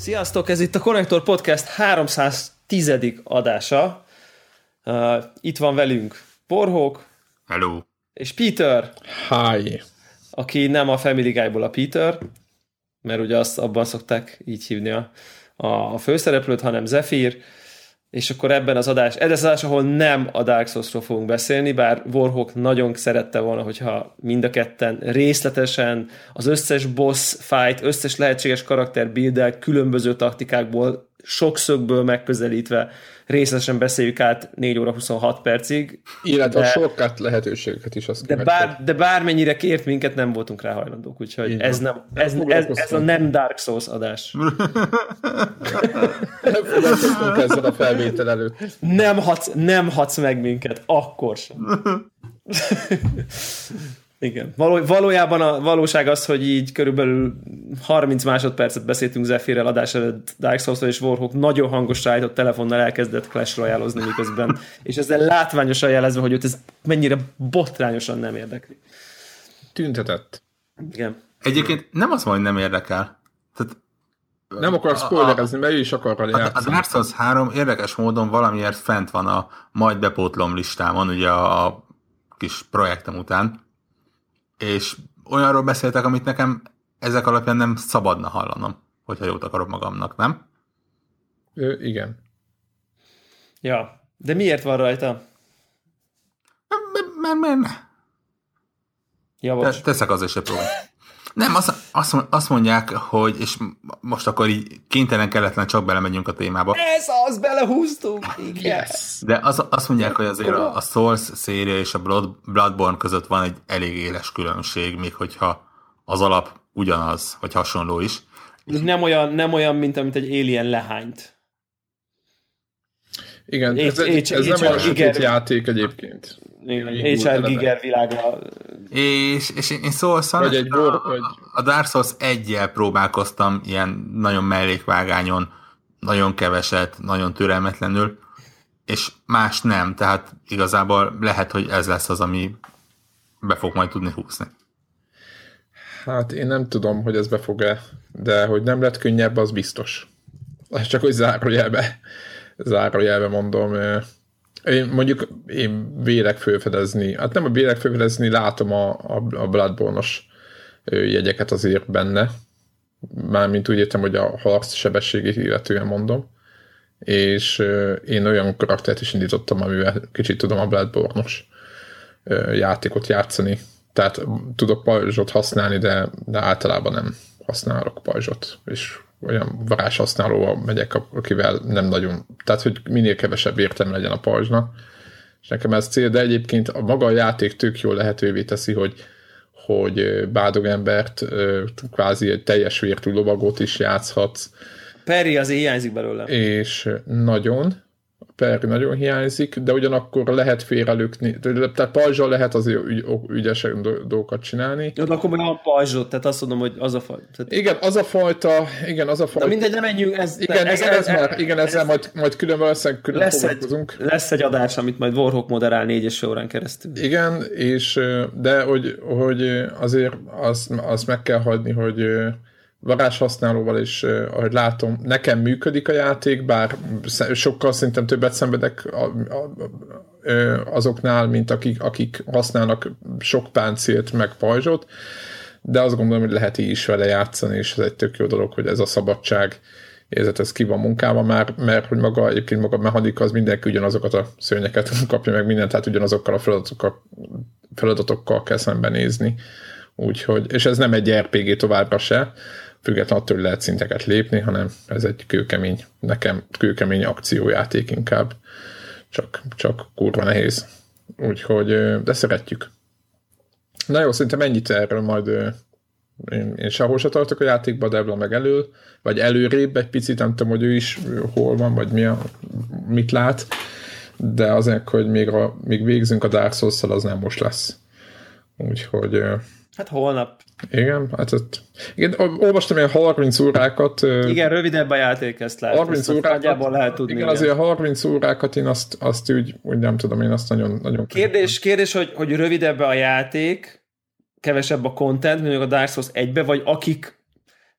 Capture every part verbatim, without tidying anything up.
Sziasztok, ez itt a Konnektor Podcast háromszáztíz. adása. Uh, itt van velünk Borhók. Hello. És Peter. Hi. Aki nem a Family Guy-ból a Peter, mert ugye azt abban szokták így hívni a, a főszereplőt, hanem Zephyr. És akkor ebben az adás, ez az adás, ahol nem a Dark Souls-ról fogunk beszélni, bár Warhawk nagyon szerette volna, hogyha mind a ketten részletesen az összes boss fight, összes lehetséges karakter build-el, különböző taktikákból, sok szögből megközelítve részletesen beszéljük át négy óra huszonhat percig. Illetve de, a shortcut lehetőségeket is. Azt de, bár, de bármennyire kért minket, nem voltunk rá hajlandók, úgyhogy ez, nem, ez, ez, ez a nem Dark Souls adás. Nem foglalkoztunk ezzel a felvétel előtt. Nem hadsz, nem hadsz meg minket, akkor sem. Igen. Való, valójában a valóság az, hogy így körülbelül harminc másodpercet beszéltünk Zephyrrel adás előtt Dark Souls-ról, és Warhawk nagyon hangos rájtott telefonnal elkezdett Clash Royale-ozni miközben, és ezzel látványosan jelezve, hogy őt ez mennyire botrányosan nem érdekli. Tüntetett. Igen. Egyébként nem az van, hogy nem érdekel. Tehát nem akarok spoilerezni, mert ő is akar rá játszani. A Dark Souls három érdekes módon valamiért fent van a majd bepótlom listámon, ugye a, a kis projektem után, és olyanról beszéltek, amit nekem ezek alapján nem szabadna hallanom, hogyha jót akarok magamnak, nem? Ö, igen. Ja, de miért van rajta? Mert miért ne? Ja, bocs. Teszek az is egy próbát. Nem, azt, azt, azt mondják, hogy, és most akkor így kénytelen kelletlen csak belemegyünk a témába. Ez az, belehúztunk! Igen. Yes. De az, azt mondják, hogy azért a, a Souls széria és a Blood, Bloodborne között van egy elég éles különbség, még hogyha az alap ugyanaz, vagy hasonló is. Nem olyan, nem olyan, mint amit egy Alien lehányt. Igen, ez, ez, ez nem olyan sötét játék egyébként. há er Giger világra. És, és én Souls-szal vagy egy bor, a, vagy... a Dark Souls egyel próbálkoztam ilyen nagyon mellékvágányon, nagyon keveset, nagyon türelmetlenül, és más nem, tehát igazából lehet, hogy ez lesz az, ami be fog majd tudni húzni. Hát én nem tudom, hogy ez be fog-e, de hogy nem lett könnyebb, az biztos. Csak hogy zárójelbe, zárójelbe mondom. Én mondjuk én vélek fölfedezni, hát nem a vélek fölfedezni, látom a, a, a Bloodborne-os jegyeket azért benne. Mármint úgy értem, hogy a harc sebességét illetően mondom. És én olyan karaktert is indítottam, amivel kicsit tudom a Bloodborne-os játékot játszani. Tehát tudok pajzsot használni, de, de általában nem használok pajzsot. És olyan varázshasználóval megyek, akivel nem nagyon, tehát hogy minél kevesebb értelme legyen a pajzsnak. És nekem ez cél, de egyébként a maga a játék tök jól lehetővé teszi, hogy, hogy bádog embert, kvázi egy teljes vértű lovagot is játszhatsz. Perry azért hiányzik belőle. És nagyon, Perry nagyon hiányzik, de ugyanakkor lehet félrelökni, tehát pajzsal lehet azért ügy, ügyesek dolgokat csinálni. Jó, de akkor meg a pajzsot, tehát azt mondom, hogy az a fajta. Tehát... Igen, az a fajta, igen, az a fajta. De mindegy, nem menjünk, ez... Igen, ez, ez, ez, ez már, igen, ezzel ez, majd, majd külön valószínűleg külön lesz foglalkozunk. Egy, lesz egy adás, amit majd Warhawk moderál négy és fél órán keresztül. Igen, és de hogy, hogy azért azt, azt meg kell hagyni, hogy varázshasználóval is, ahogy látom, nekem működik a játék, bár sokkal szerintem többet szenvedek azoknál, mint akik, akik használnak sok páncélt meg pajzsot, de azt gondolom, hogy lehet így is vele játszani, és ez egy tök jó dolog, hogy ez a szabadság érzet, ez ki van munkálva már, mert hogy maga egyébként maga a mechanika, az mindenki ugyanazokat a szörnyeket kapja meg mindent, tehát ugyanazokkal a feladatokkal, feladatokkal kell szembenézni. Úgyhogy, és ez nem egy er pé gé továbbra se, függetlenül attól, hogy lehet szinteket lépni, hanem ez egy kőkemény, nekem kőkemény akciójáték inkább, csak, csak kurva nehéz. Úgyhogy, de szeretjük. Na jó, szerintem ennyit erről majd én, én sehol se tartok a játékba, Debla meg elől, vagy előrébb egy picit, nem tudom, hogy ő is hol van, vagy mi a, mit lát, de azért, hogy még, a, még végzünk a Dark Souls-szal, az nem most lesz. Úgyhogy... Hát holnap. Igen, hát ott... Igen, olvastam ilyen harminc órákat. Igen, rövidebb a játék, ezt lehet. harminc ezt órákat, lehet tudni. Igen, azért harminc órákat én azt, azt úgy, úgy nem tudom, én azt nagyon... nagyon kérdés, kérdés hogy, hogy rövidebb a játék, kevesebb a content, mint a Dark Souls egybe, vagy akik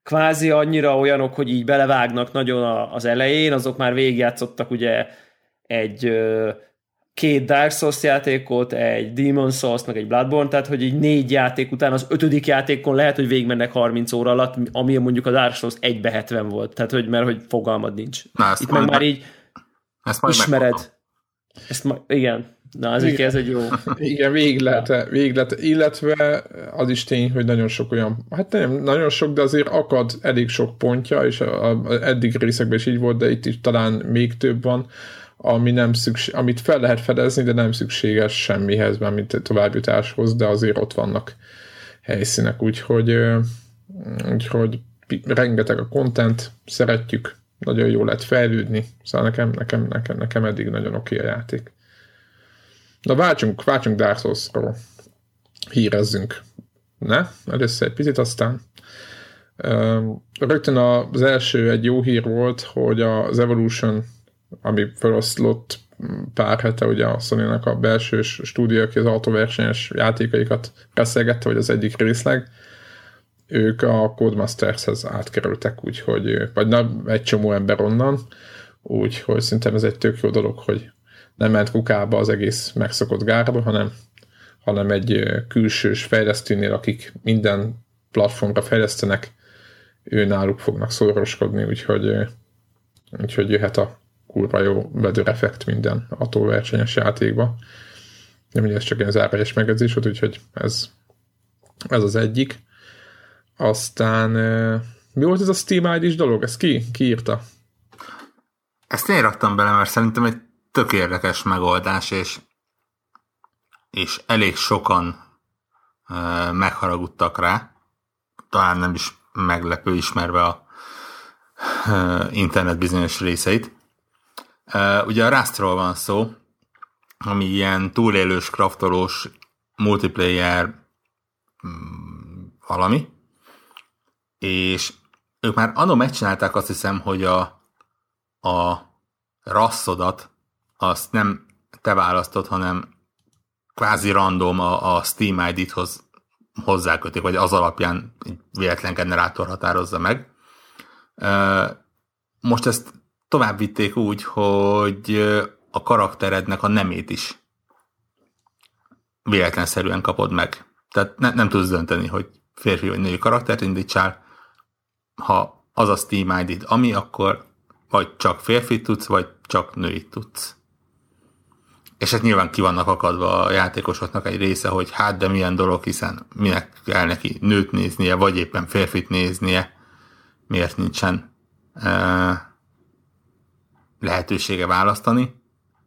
kvázi annyira olyanok, hogy így belevágnak nagyon az elején, azok már végigjátszottak ugye egy két Dark Souls játékot, egy Demon's Souls, meg egy Bloodborne, tehát hogy így négy játék után az ötödik játékon lehet, hogy végigmennek harminc óra alatt, ami mondjuk a Dark Souls egybe hetven volt, tehát hogy mert hogy fogalmad nincs. Na, itt meg már így ezt majd ismered. Megmondom. Ezt ma, igen. Na, az így ez egy jó. Igen, végig lehet, végig lehet, illetve az is tény, hogy nagyon sok olyan, hát nem nagyon sok, de azért akad elég sok pontja, és a, a, eddig részekben is így volt, de itt is talán még több van, ami nem szükség, amit fel lehet fedezni, de nem szükséges semmihez, már mint továbbjutáshoz, de azért ott vannak helyszínek, úgyhogy, úgyhogy rengeteg a content, szeretjük, nagyon jó lehet fejlődni, szóval nekem, nekem, nekem, nekem eddig nagyon oké a játék. Na váltsunk, váltsunk Dark Souls-ról. Hírezzünk. Ne? Először egy picit, aztán rögtön az első egy jó hír volt, hogy az Evolution, ami feloszlott pár hete, ugye a Sony-nak a belső stúdió, aki az autóversenyes játékaikat beszélgette, vagy az egyik részleg, ők a Codemasters-hez átkerültek, úgyhogy, vagy na, egy csomó ember onnan, úgyhogy szerintem ez egy tök jó dolog, hogy nem ment kukába az egész megszokott gárba, hanem, hanem egy külsős fejlesztőnél, akik minden platformra fejlesztenek, ő náluk fognak szóroskodni, úgyhogy, úgyhogy jöhet a kurva jó weather effekt minden autóversenyes játékba. De mindez csak egy zárójeles megjegyzés volt, úgyhogy ez, ez az egyik. Aztán mi volt ez a Steam áj dés dolog? Ez ki? Ki írta? Ezt én raktam bele, mert szerintem egy tök érdekes megoldás, és, és elég sokan uh, megharagudtak rá. Talán nem is meglepő, ismerve a uh, internet bizonyos részeit. Uh, ugye a Rustról van szó, ami ilyen túlélős, kraftolós, multiplayer um, valami, és ők már anno megcsinálták, azt hiszem, hogy a, a rasszodat azt nem te választod, hanem kvázi random a, a Steam áj dét-hoz hozzákötik, vagy az alapján egy véletlen generátor határozza meg. Most ezt tovább vitték úgy, hogy a karakterednek a nemét is véletlenszerűen kapod meg. Tehát ne, nem tudsz dönteni, hogy férfi vagy női karaktert indítsál. Ha az a Steam áj dé, ami, akkor vagy csak férfit tudsz, vagy csak nőit tudsz. És hát nyilván ki vannak akadva a játékosoknak egy része, hogy hát de milyen dolog, hiszen minek kell neki nőt néznie, vagy éppen férfit néznie, miért nincsen uh, lehetősége választani.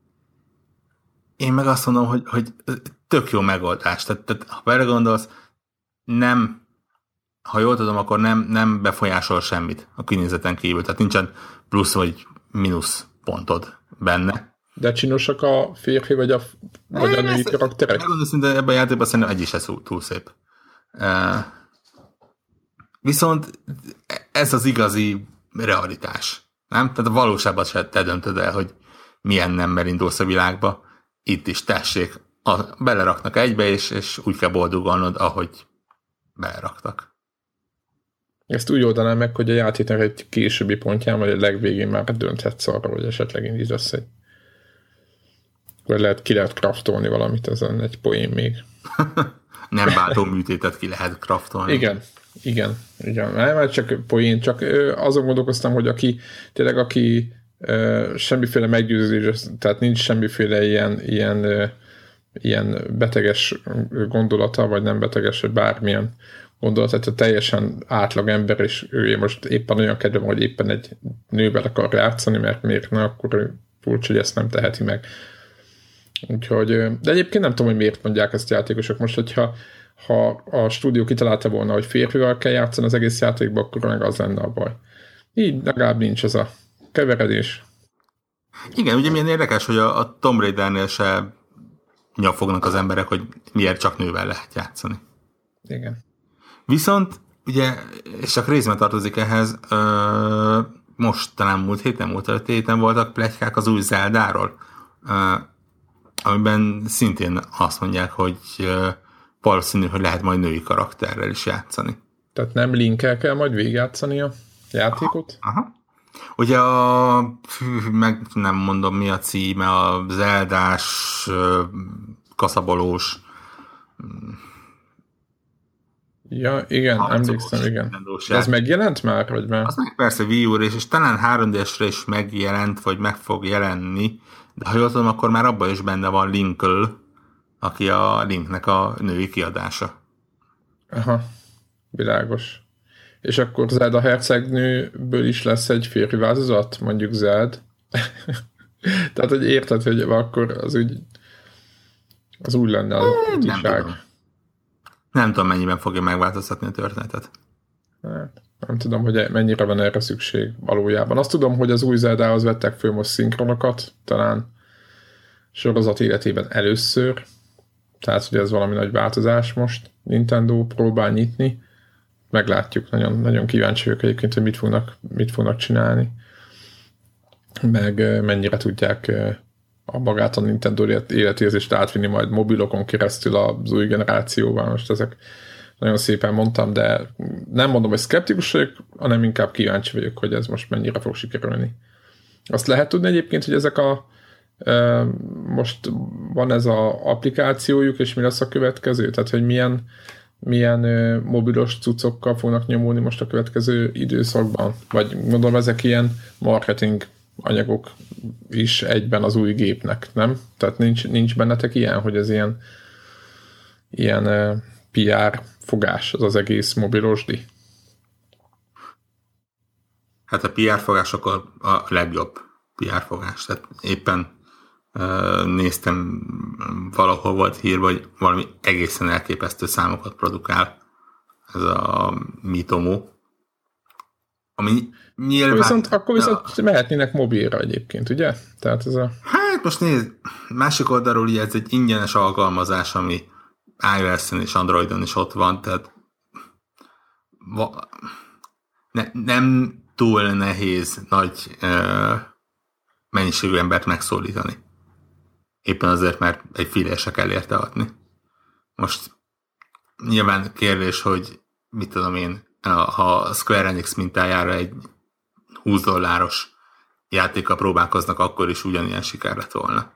Én meg azt mondom, hogy, hogy tök jó megoldás. Tehát, tehát ha belegondolsz, nem, ha jól tudom, akkor nem, nem befolyásol semmit a kinézeten kívül. Tehát nincsen plusz vagy mínusz pontod benne. De csinosak a férfi vagy a, vagy a női karakterek? Megmondom, hogy ebben a játékban szerintem egy is ez túl szép. Uh, viszont ez az igazi realitás. Nem? Tehát a valóságban se te döntöd el, hogy milyen nemmel indulsz a világba. Itt is tessék, a, beleraknak egybe, és, és úgy kell boldogulnod, ahogy beleraktak. Ezt úgy oldanám meg, hogy a játéknak egy későbbi pontján, vagy a legvégén már dönthetsz arra, hogy esetleg indítasz egy. Vagy lehet, ki lehet kraftolni valamit, ezen egy poén még. Nem bátó műtétet ki lehet kraftolni. Igen, igen, igen. Nem, csak poén, csak azon gondolkoztam, hogy aki tényleg, aki uh, semmiféle meggyőzés, tehát nincs semmiféle ilyen, ilyen, uh, ilyen beteges gondolata, vagy nem beteges, vagy bármilyen gondolat, tehát teljesen átlag ember, és ő most éppen olyan kedvem, hogy éppen egy nővel akar játszani, mert miért ne, akkor ő furcsa, hogy ezt nem teheti meg. Úgyhogy, de egyébként nem tudom, hogy miért mondják ezt a játékosok. Most, hogyha ha a stúdió kitalálta volna, hogy férfival kell játszani az egész játékban, akkor meg az lenne a baj. Így legalább nincs ez a keveredés. Igen, ugye milyen érdekes, hogy a, a Tomb Raidernél se nyafognak az emberek, hogy miért csak nővel lehet játszani. Igen. Viszont, ugye, és csak részben tartozik ehhez, ö, most talán múlt héten, múlt előtt héten voltak pletykák az új Zeldáról, ö, amiben szintén azt mondják, hogy ö, valószínű, hogy lehet majd női karakterrel is játszani. Tehát nem linkkel kell majd végigjátszani a játékot? Aha. Aha. Ugye a, meg nem mondom mi a címe, a Zeldás, kaszabolós. Ja, igen, emlékszem, igen. De az megjelent már, vagy már? Az meg persze Wii U-ra, és, és talán három dé-esre is megjelent, vagy meg fog jelenni, de ha jól tudom, akkor már abban is benne van Linkl, aki a Linknek a női kiadása. Aha, világos. És akkor Zelda hercegnőből is lesz egy férfi változat, mondjuk Zeld. Tehát, hogy érted, hogy akkor az úgy az úgy lenne az nem tudom. nem tudom, mennyiben fogja megváltoztatni a történetet. Hát, nem tudom, hogy mennyire van erre szükség valójában. Azt tudom, hogy az új Zeldához vettek föl most szinkronokat, talán sorozat életében először. Tehát, hogy ez valami nagy változás most. Nintendo próbál nyitni. Meglátjuk, nagyon, nagyon kíváncsi vagyok egyébként, hogy mit fognak, mit fognak csinálni. Meg mennyire tudják a magát a Nintendo életérzést átvinni majd mobilokon keresztül az új generációval. Most ezek nagyon szépen mondtam, de nem mondom, hogy szkeptikus vagyok, hanem inkább kíváncsi vagyok, hogy ez most mennyire fog sikerülni. Azt lehet tudni egyébként, hogy ezek a most van ez az applikációjuk, és mi lesz a következő? Tehát, hogy milyen milyen ö, mobilos cuccokkal fognak nyomulni most a következő időszakban? Vagy gondolom ezek ilyen marketing anyagok is egyben az új gépnek, nem? Tehát nincs, nincs bennetek ilyen, hogy ez ilyen ilyen ö, pé er fogás, az az egész mobilosdi? Hát a pé er fogás akkor a legjobb pé er fogás. Tehát éppen néztem, valahol volt hír, hogy valami egészen elképesztő számokat produkál ez a Mitomo. Ami nyilván... Viszont, akkor viszont a... mehetnének mobilra egyébként, ugye? Tehát ez a... Hát most nézd, másik oldalról ez egy ingyenes alkalmazás, ami iOS-en és Androidon is ott van, tehát va... ne, nem túl nehéz nagy uh, mennyiségű embert megszólítani. Éppen azért, mert egy fillért se kell érte adni. Most nyilván kérdés, hogy mit tudom én, ha a Square Enix mintájára egy húsz dolláros játékkal próbálkoznak, akkor is ugyanilyen siker lett volna.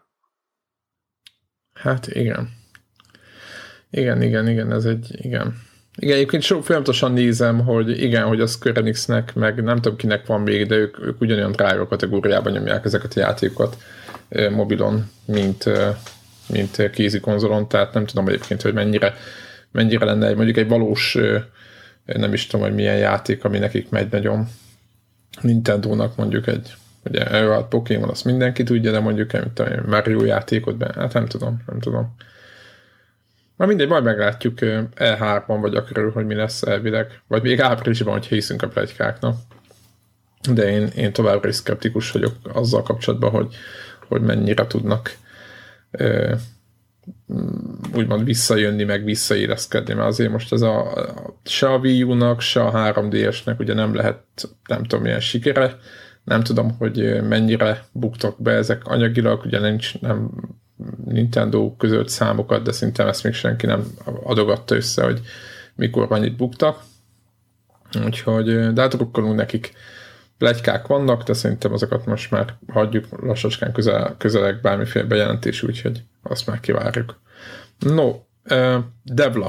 Hát igen. Igen, igen, igen, ez egy, igen. Igen, egyébként sok folyamatosan nézem, hogy igen, hogy a Square Enixnek, meg nem tudom kinek van még, de ők, ők ugyanolyan drága kategóriában nyomják ezeket a játékokat mobilon, mint, mint kézi konzolon, tehát nem tudom egyébként, hogy mennyire, mennyire lenne egy, mondjuk egy valós, nem is tudom, hogy milyen játék, ami nekik megy nagyon. Nintendónak mondjuk egy, ugye a Pokémon, azt mindenki tudja, de mondjuk egy Mario játékot be, hát nem tudom, nem tudom. Na mindegy, majd meglátjuk E háromban, vagy akár, hogy mi lesz elvileg, vagy még áprilisban, hogyha hiszünk a pletykáknak. De én, én továbbra is szkeptikus vagyok azzal kapcsolatban, hogy, hogy mennyire tudnak ö, úgymond visszajönni, meg visszaérezkedni, mert azért most ez a, a se a Wii U-nak, se a három dé-esnek ugye nem lehet, nem tudom milyen sikere, nem tudom, hogy mennyire buktak be ezek anyagilag, ugye nincs, nem Nintendo közölt számokat, de szerintem ezt még senki nem adogatta össze, hogy mikor annyit buktak. Úgyhogy, de hát drukkolunk nekik. Pletykák vannak, de szerintem azokat most már hagyjuk lassacskán közel, közeleg bármiféle bejelentés, úgyhogy azt már kivárjuk. No, uh, Devla,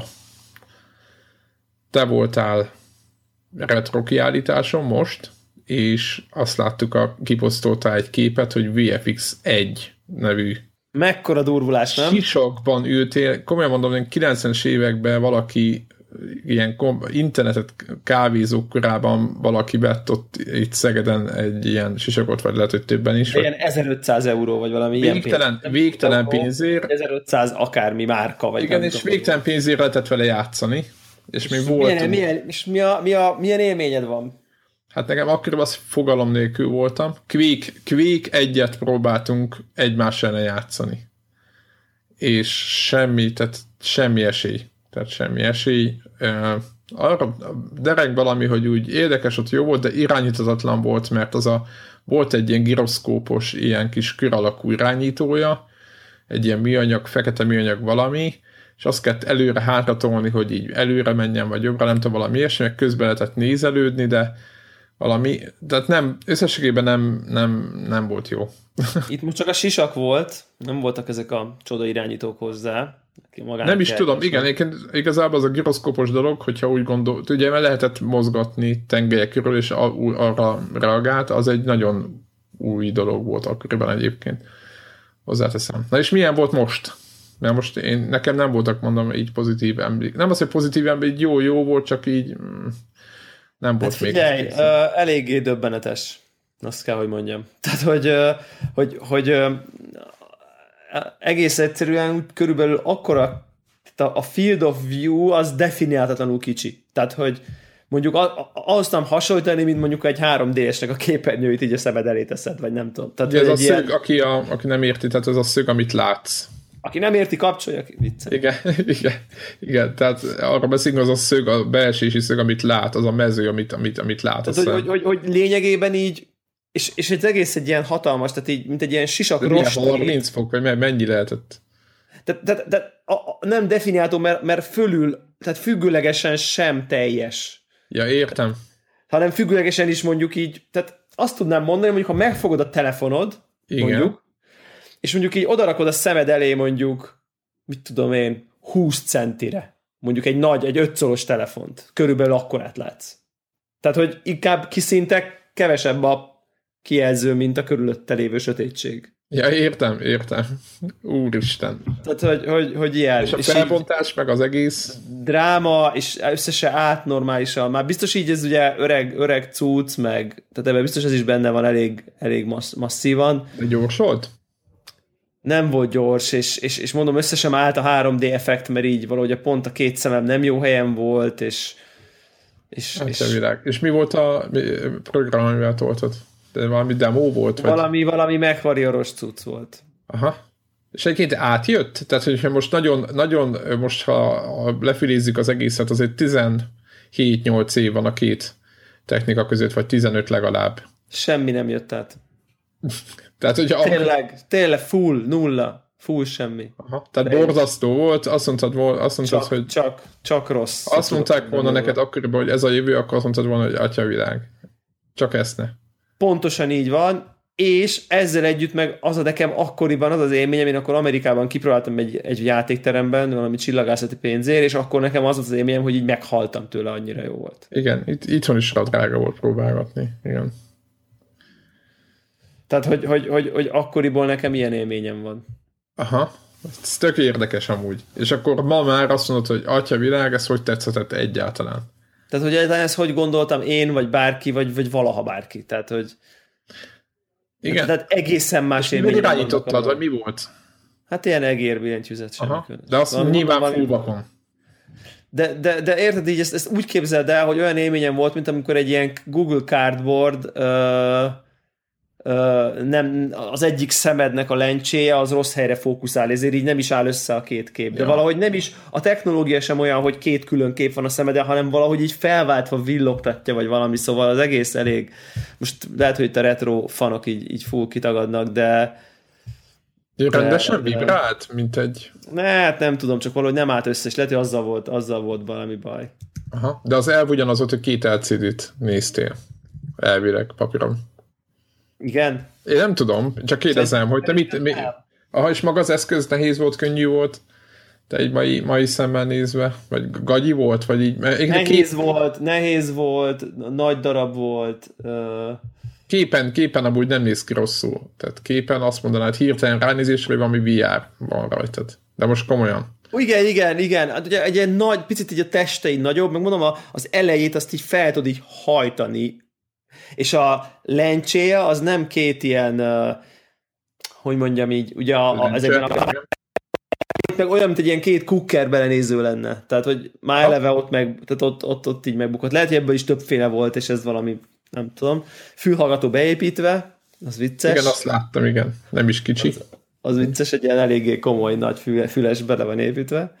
te voltál retro kiállításon most, és azt láttuk, a kiposztoltál egy képet, hogy vé ef iksz egy nevű mekkora durvulás, nem? Sisakban ültél, komolyan mondom, hogy kilencvenes években valaki ilyen kom- internetet kávézók korában valaki vett ott itt Szegeden egy ilyen sisakot, vagy lehet, hogy többen is. Ilyen ezerötszáz euró, vagy valami végtelen, ilyen pénz. Végtelen pénzért. ezerötszáz akármi márka, vagy igen, és végtelen pénzért lehetett vele játszani. És, és még volt. Milyen, milyen, és mi a, mi a, milyen élményed van? Hát nekem akkoriban az fogalom nélkül voltam. Quake, Quake egyet próbáltunk egymás ellen játszani. És semmi, tehát semmi esély. Tehát semmi esély. Uh, arra dereng valami, hogy úgy érdekes, ott jó volt, de irányíthatatlan volt, mert az a, volt egy ilyen giroszkópos, ilyen kis kör alakú irányítója, egy ilyen műanyag, fekete műanyag valami, és azt kellett előre-hátra tolni, hogy így előre menjen, vagy jobbra, nem tudom, valami ilyesmi, meg közben lehetett nézelődni, de valami, tehát nem, összességében nem, nem, nem volt jó. Itt most csak a sisak volt, nem voltak ezek a csoda irányítók hozzá. Nem is tudom, igen, igazából az a gyroszkópos dolog, hogyha úgy gondol, ugye mert lehetett mozgatni tengelyek körül, és arra reagált, az egy nagyon új dolog volt akkoriban egyébként. Hozzáteszem. Na és milyen volt most? Mert most én, nekem nem voltak, mondom, így pozitív emlék. Nem az, hogy pozitív emlék, jó, jó volt, csak így mm, nem volt hát még. Figyelj, uh, eléggé döbbenetes. Azt kell, hogy mondjam. Tehát, hogy, uh, hogy, hogy uh, egész egyszerűen körülbelül akkora a field of view az definiáltatlanul kicsi. Tehát, hogy mondjuk ahhoz tudom hasonlítani, mint mondjuk egy három dé-esnek a képernyőit így a szemed elé teszed, vagy nem tudom. Tehát, ez a ilyen... szög, aki, a, aki nem érti, tehát ez a szög, amit látsz. Aki nem érti, kapcsolja ki. Viccel. Igen, igen, igen, tehát arra beszélünk, az a szög, a beesési szög, amit lát, az a mező, amit, amit, amit lát. Tehát, hogy, hogy, hogy, hogy lényegében így, és, és ez egész egy ilyen hatalmas, tehát így, mint egy ilyen sisak rost. harminc fok, vagy mennyi lehetett? Tehát, tehát, tehát a, a, nem definiálható, mert, mert fölül, tehát függőlegesen sem teljes. Ja, értem. Hanem függőlegesen is mondjuk így, tehát azt tudnám mondani, mondjuk, ha megfogod a telefonod, igen. mondjuk, és mondjuk így odarakod a szemed elé mondjuk, mit tudom én, húsz centire, mondjuk egy nagy, egy ötszoros telefont, körülbelül akkorát látsz. Tehát, hogy inkább kiszintek kevesebb a kijelző, mint a körülötte lévő sötétség. Ja, értem, értem. Úristen. Tehát, hogy, hogy, hogy ilyen. És a felbontás, meg az egész... Dráma, és összesen átnormálisan. Már biztos így ez ugye öreg, öreg cucc, meg, tehát ebben biztos ez is benne van elég, elég massz, masszívan. De gyors volt? Nem volt gyors, és, és, és mondom, összesen állt a három dé effekt, mert így valahogy pont a két szemem nem jó helyen volt, és... És, hát és, és mi volt a program, amivel toltad? De valami demo volt? Valami, vagy? valami MechWarrior-os cucc volt. Aha. És egyébként átjött? Tehát, hogyha most nagyon, nagyon most ha lefilézzük az egészet, azért tizenhét-nyolc év van a két technika között, vagy tizenöt legalább. Semmi nem jött át. Tehát, hogyha tényleg, a... tényleg full, nulla, full semmi. Aha. Tehát de borzasztó én... volt, azt mondtad, azt mondtad csak, hogy... Csak, csak rossz. Azt mondták volna neked akkoriban, hogy ez a jövő, akkor azt mondtad volna, hogy atyavilág. Csak ezt ne. Pontosan így van, és ezzel együtt meg az a nekem akkoriban az az élményem, én akkor Amerikában kipróbáltam egy, egy játékteremben, valami csillagászati pénzért, és akkor nekem az az élményem, hogy így meghaltam tőle, annyira jó volt. Igen, itt, itthon is drága volt próbálgatni, igen. Tehát, hogy, hogy, hogy, hogy akkoriból nekem ilyen élményem van. Aha, ez tök érdekes amúgy. És akkor ma már azt mondod, hogy atya világ, ez hogy tetszett egyáltalán? Tehát, hogy ezt hogy gondoltam én, vagy bárki, vagy, vagy valaha bárki. Tehát, hogy igen. Tehát egészen más élményem. Mi irányítottad, vagy mi volt? Hát ilyen egérbillentyűzet sem. De azt van, nyilván fullvakon. De, de, de érted így, ezt, ezt úgy képzeld el, hogy olyan élményem volt, mint amikor egy ilyen Google Cardboard uh, uh, nem, az egyik szemednek a lencséje az rossz helyre fókuszál, ezért így nem is áll össze a két kép. De ja. valahogy nem is, a technológia sem olyan, hogy két külön kép van a szemeden, hanem valahogy így felváltva villogtatja, vagy valami, szóval az egész elég, most lehet, hogy itt a retro fanok így, így full kitagadnak, de rendesen vibrált, mint egy... Ne, hát nem tudom, csak valahogy nem állt össze, és lehet, hogy azzal volt, azzal volt valami baj. Aha. De az elv ugyanaz volt, hogy két el cé dét néztél. Elvileg, papíron. Igen? Én nem tudom, csak kérdezem, hogy te mit... Mi... Aha, és maga az eszköz nehéz volt, könnyű volt? Te egy mai, mai szemmel nézve? Vagy gagyi volt? Vagy így... Nehéz két... volt, nehéz volt, nagy darab volt... Uh... Képen, képen amúgy nem néz ki rosszul. Tehát képen azt mondanád, hirtelen ránézésre valami vé er van rajtad. De most komolyan. Igen, igen, igen. Hát ugye egy ilyen nagy, picit így a testeid nagyobb, meg mondom, az elejét azt így fel tudod így hajtani. És a lencséje az nem két ilyen, uh, hogy mondjam így, ugye a, a, ezekben a... meg olyan, mint egy ilyen két kukker belenéző lenne. Tehát, hogy már eleve ott, meg, tehát ott, ott, ott így megbukott. Lehet, hogy ebből is többféle volt, és ez valami, nem tudom, fülhallgató beépítve, az vicces. Igen, azt láttam, igen. Nem is kicsi. Az, az vicces, egy ilyen eléggé komoly nagy füle, füles bele van építve.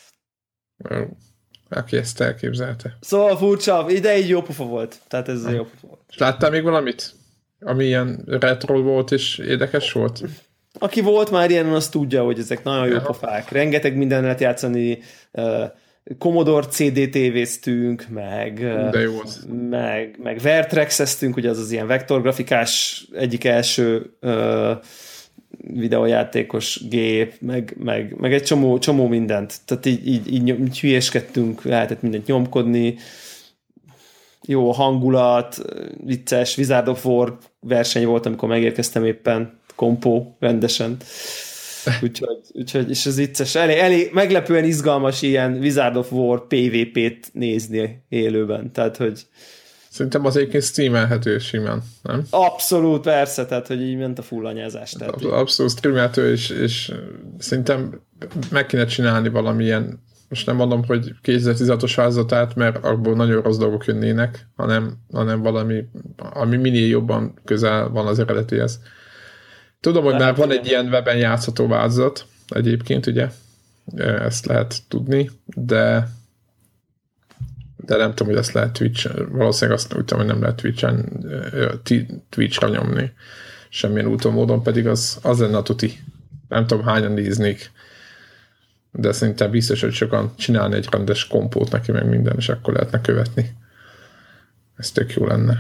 Aki ezt elképzelte. Szóval furcsa, ide így jó pofa volt. Tehát ez jó pofa volt. És láttál még valamit? Ami ilyen retro volt és érdekes volt? aki volt már ilyen, az tudja, hogy ezek nagyon jó pofák. Rengeteg minden lehet játszani, uh, Commodore cé dé tévéztünk, meg, uh, meg, meg Vertrex-eztünk, ugye az az ilyen vektorgrafikás egyik első uh, videójátékos gép, meg, meg, meg egy csomó, csomó mindent. Tehát így, így, így, így hülyéskedtünk, lehetett mindent nyomkodni, jó a hangulat, vicces, Wizard of War verseny volt, amikor megérkeztem éppen, kompó rendesen. Úgyhogy, úgyhogy és ez vicces. Elég, elég meglepően izgalmas ilyen Wizard of War pé vé pét nézni élőben. Tehát, hogy szerintem az egyébként streamelhető simán, nem? Abszolút, persze, tehát, hogy így ment a full anyázás. Tehát, Abszolút, abszolút streamelhető, és, és szerintem meg kéne csinálni valamilyen, most nem mondom, hogy kétezer-tizenhatos változatát, mert abból nagyon rossz dolgok jönnének, hanem, hanem valami, ami minél jobban közel van az eredetihez. Tudom, hogy már van egy ilyen weben játszható változat, egyébként, ugye, ezt lehet tudni, de de nem tudom, hogy ezt lehet Twitch, valószínűleg azt úgy tudom, hogy nem lehet Twitch-en, Twitch-ra nyomni semmilyen úton, módon, pedig az, az lenne a tuti. Nem tudom, hányan néznék, de szerintem biztos, hogy sokan csinálni egy rendes kompót neki, meg minden, és akkor lehetne követni. Ez tök jó lenne.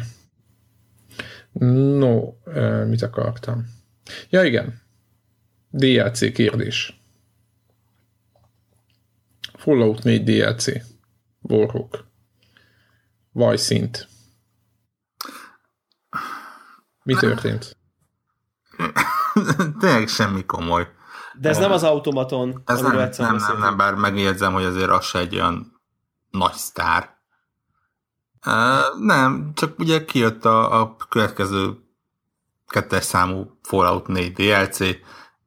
No, mit akartam? Ja, igen. dé el cé kérdés. Fallout négy dé el cé. Warhawk. Vajszint. Mi történt? Tényleg semmi komoly. De ez nem az automaton, ez nem, nem, nem, nem, nem, bár megjegyzem, hogy azért az se egy olyan nagy sztár. Uh, nem, csak ugye kijött a, a következő kettes számú Fallout négy dé el cé,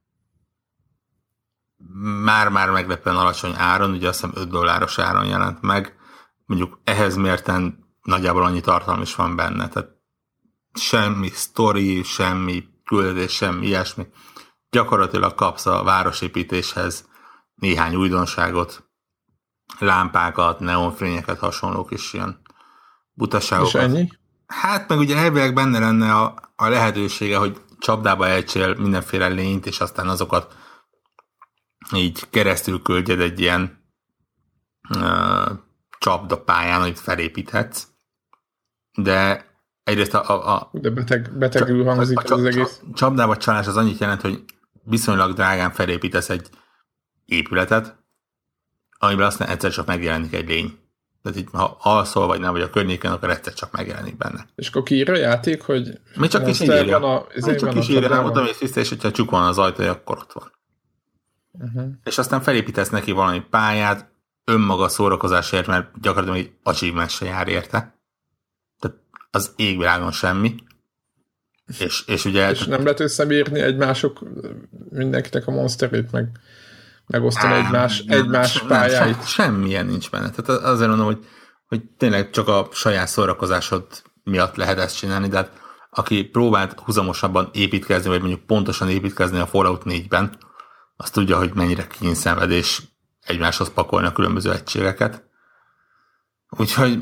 már-már meglepően alacsony áron, ugye azt hiszem öt dolláros áron jelent meg, mondjuk ehhez mérten nagyjából annyi tartalom is van benne, tehát semmi sztori, semmi küldetés, semmi ilyesmi. Gyakorlatilag kapsz a városépítéshez néhány újdonságot, lámpákat, neonfényeket, hasonló kis ilyen butaságokat. És ennyi? Hát meg ugye elvileg benne lenne a, a lehetősége, hogy csapdába ejtsél mindenféle lényt, és aztán azokat így keresztül küldjed egy ilyen uh, csapdapályán, amit felépíthetsz. De egyrészt a... a, a De beteg, betegül hangzik a, a, az egész. A csapdába csalás az annyit jelent, hogy viszonylag drágán felépítesz egy épületet, amiben aztán egyszer csak megjelenik egy lény. Tehát így, ha alszol, vagy nem, vagy a környéken, akkor egyszer csak megjelenik benne. És akkor kiírja a játék, hogy... Mi csak is írja. A, Mi csak is írja, nem oda mész vissza, és hogyha csuk van az ajtója, akkor ott van. Uh-huh. És aztán felépítesz neki valami pályát, önmaga szórakozásért, mert gyakorlatilag egy achievement se jár érte. Tehát az égvilágon semmi. És, és ugye... És nem lehet összebírni egymások, mindenkinek a monsterét, meg megosztani Á, egymás, nem, egymás nem, pályáit. Nem, semmilyen nincs benne. Tehát azért mondom, hogy, hogy tényleg csak a saját szórakozásod miatt lehet ezt csinálni, de hát aki próbált húzamosabban építkezni, vagy mondjuk pontosan építkezni a Fallout négyben, azt tudja, hogy mennyire kényszenvedés egymáshoz pakolni a különböző egységeket. Úgyhogy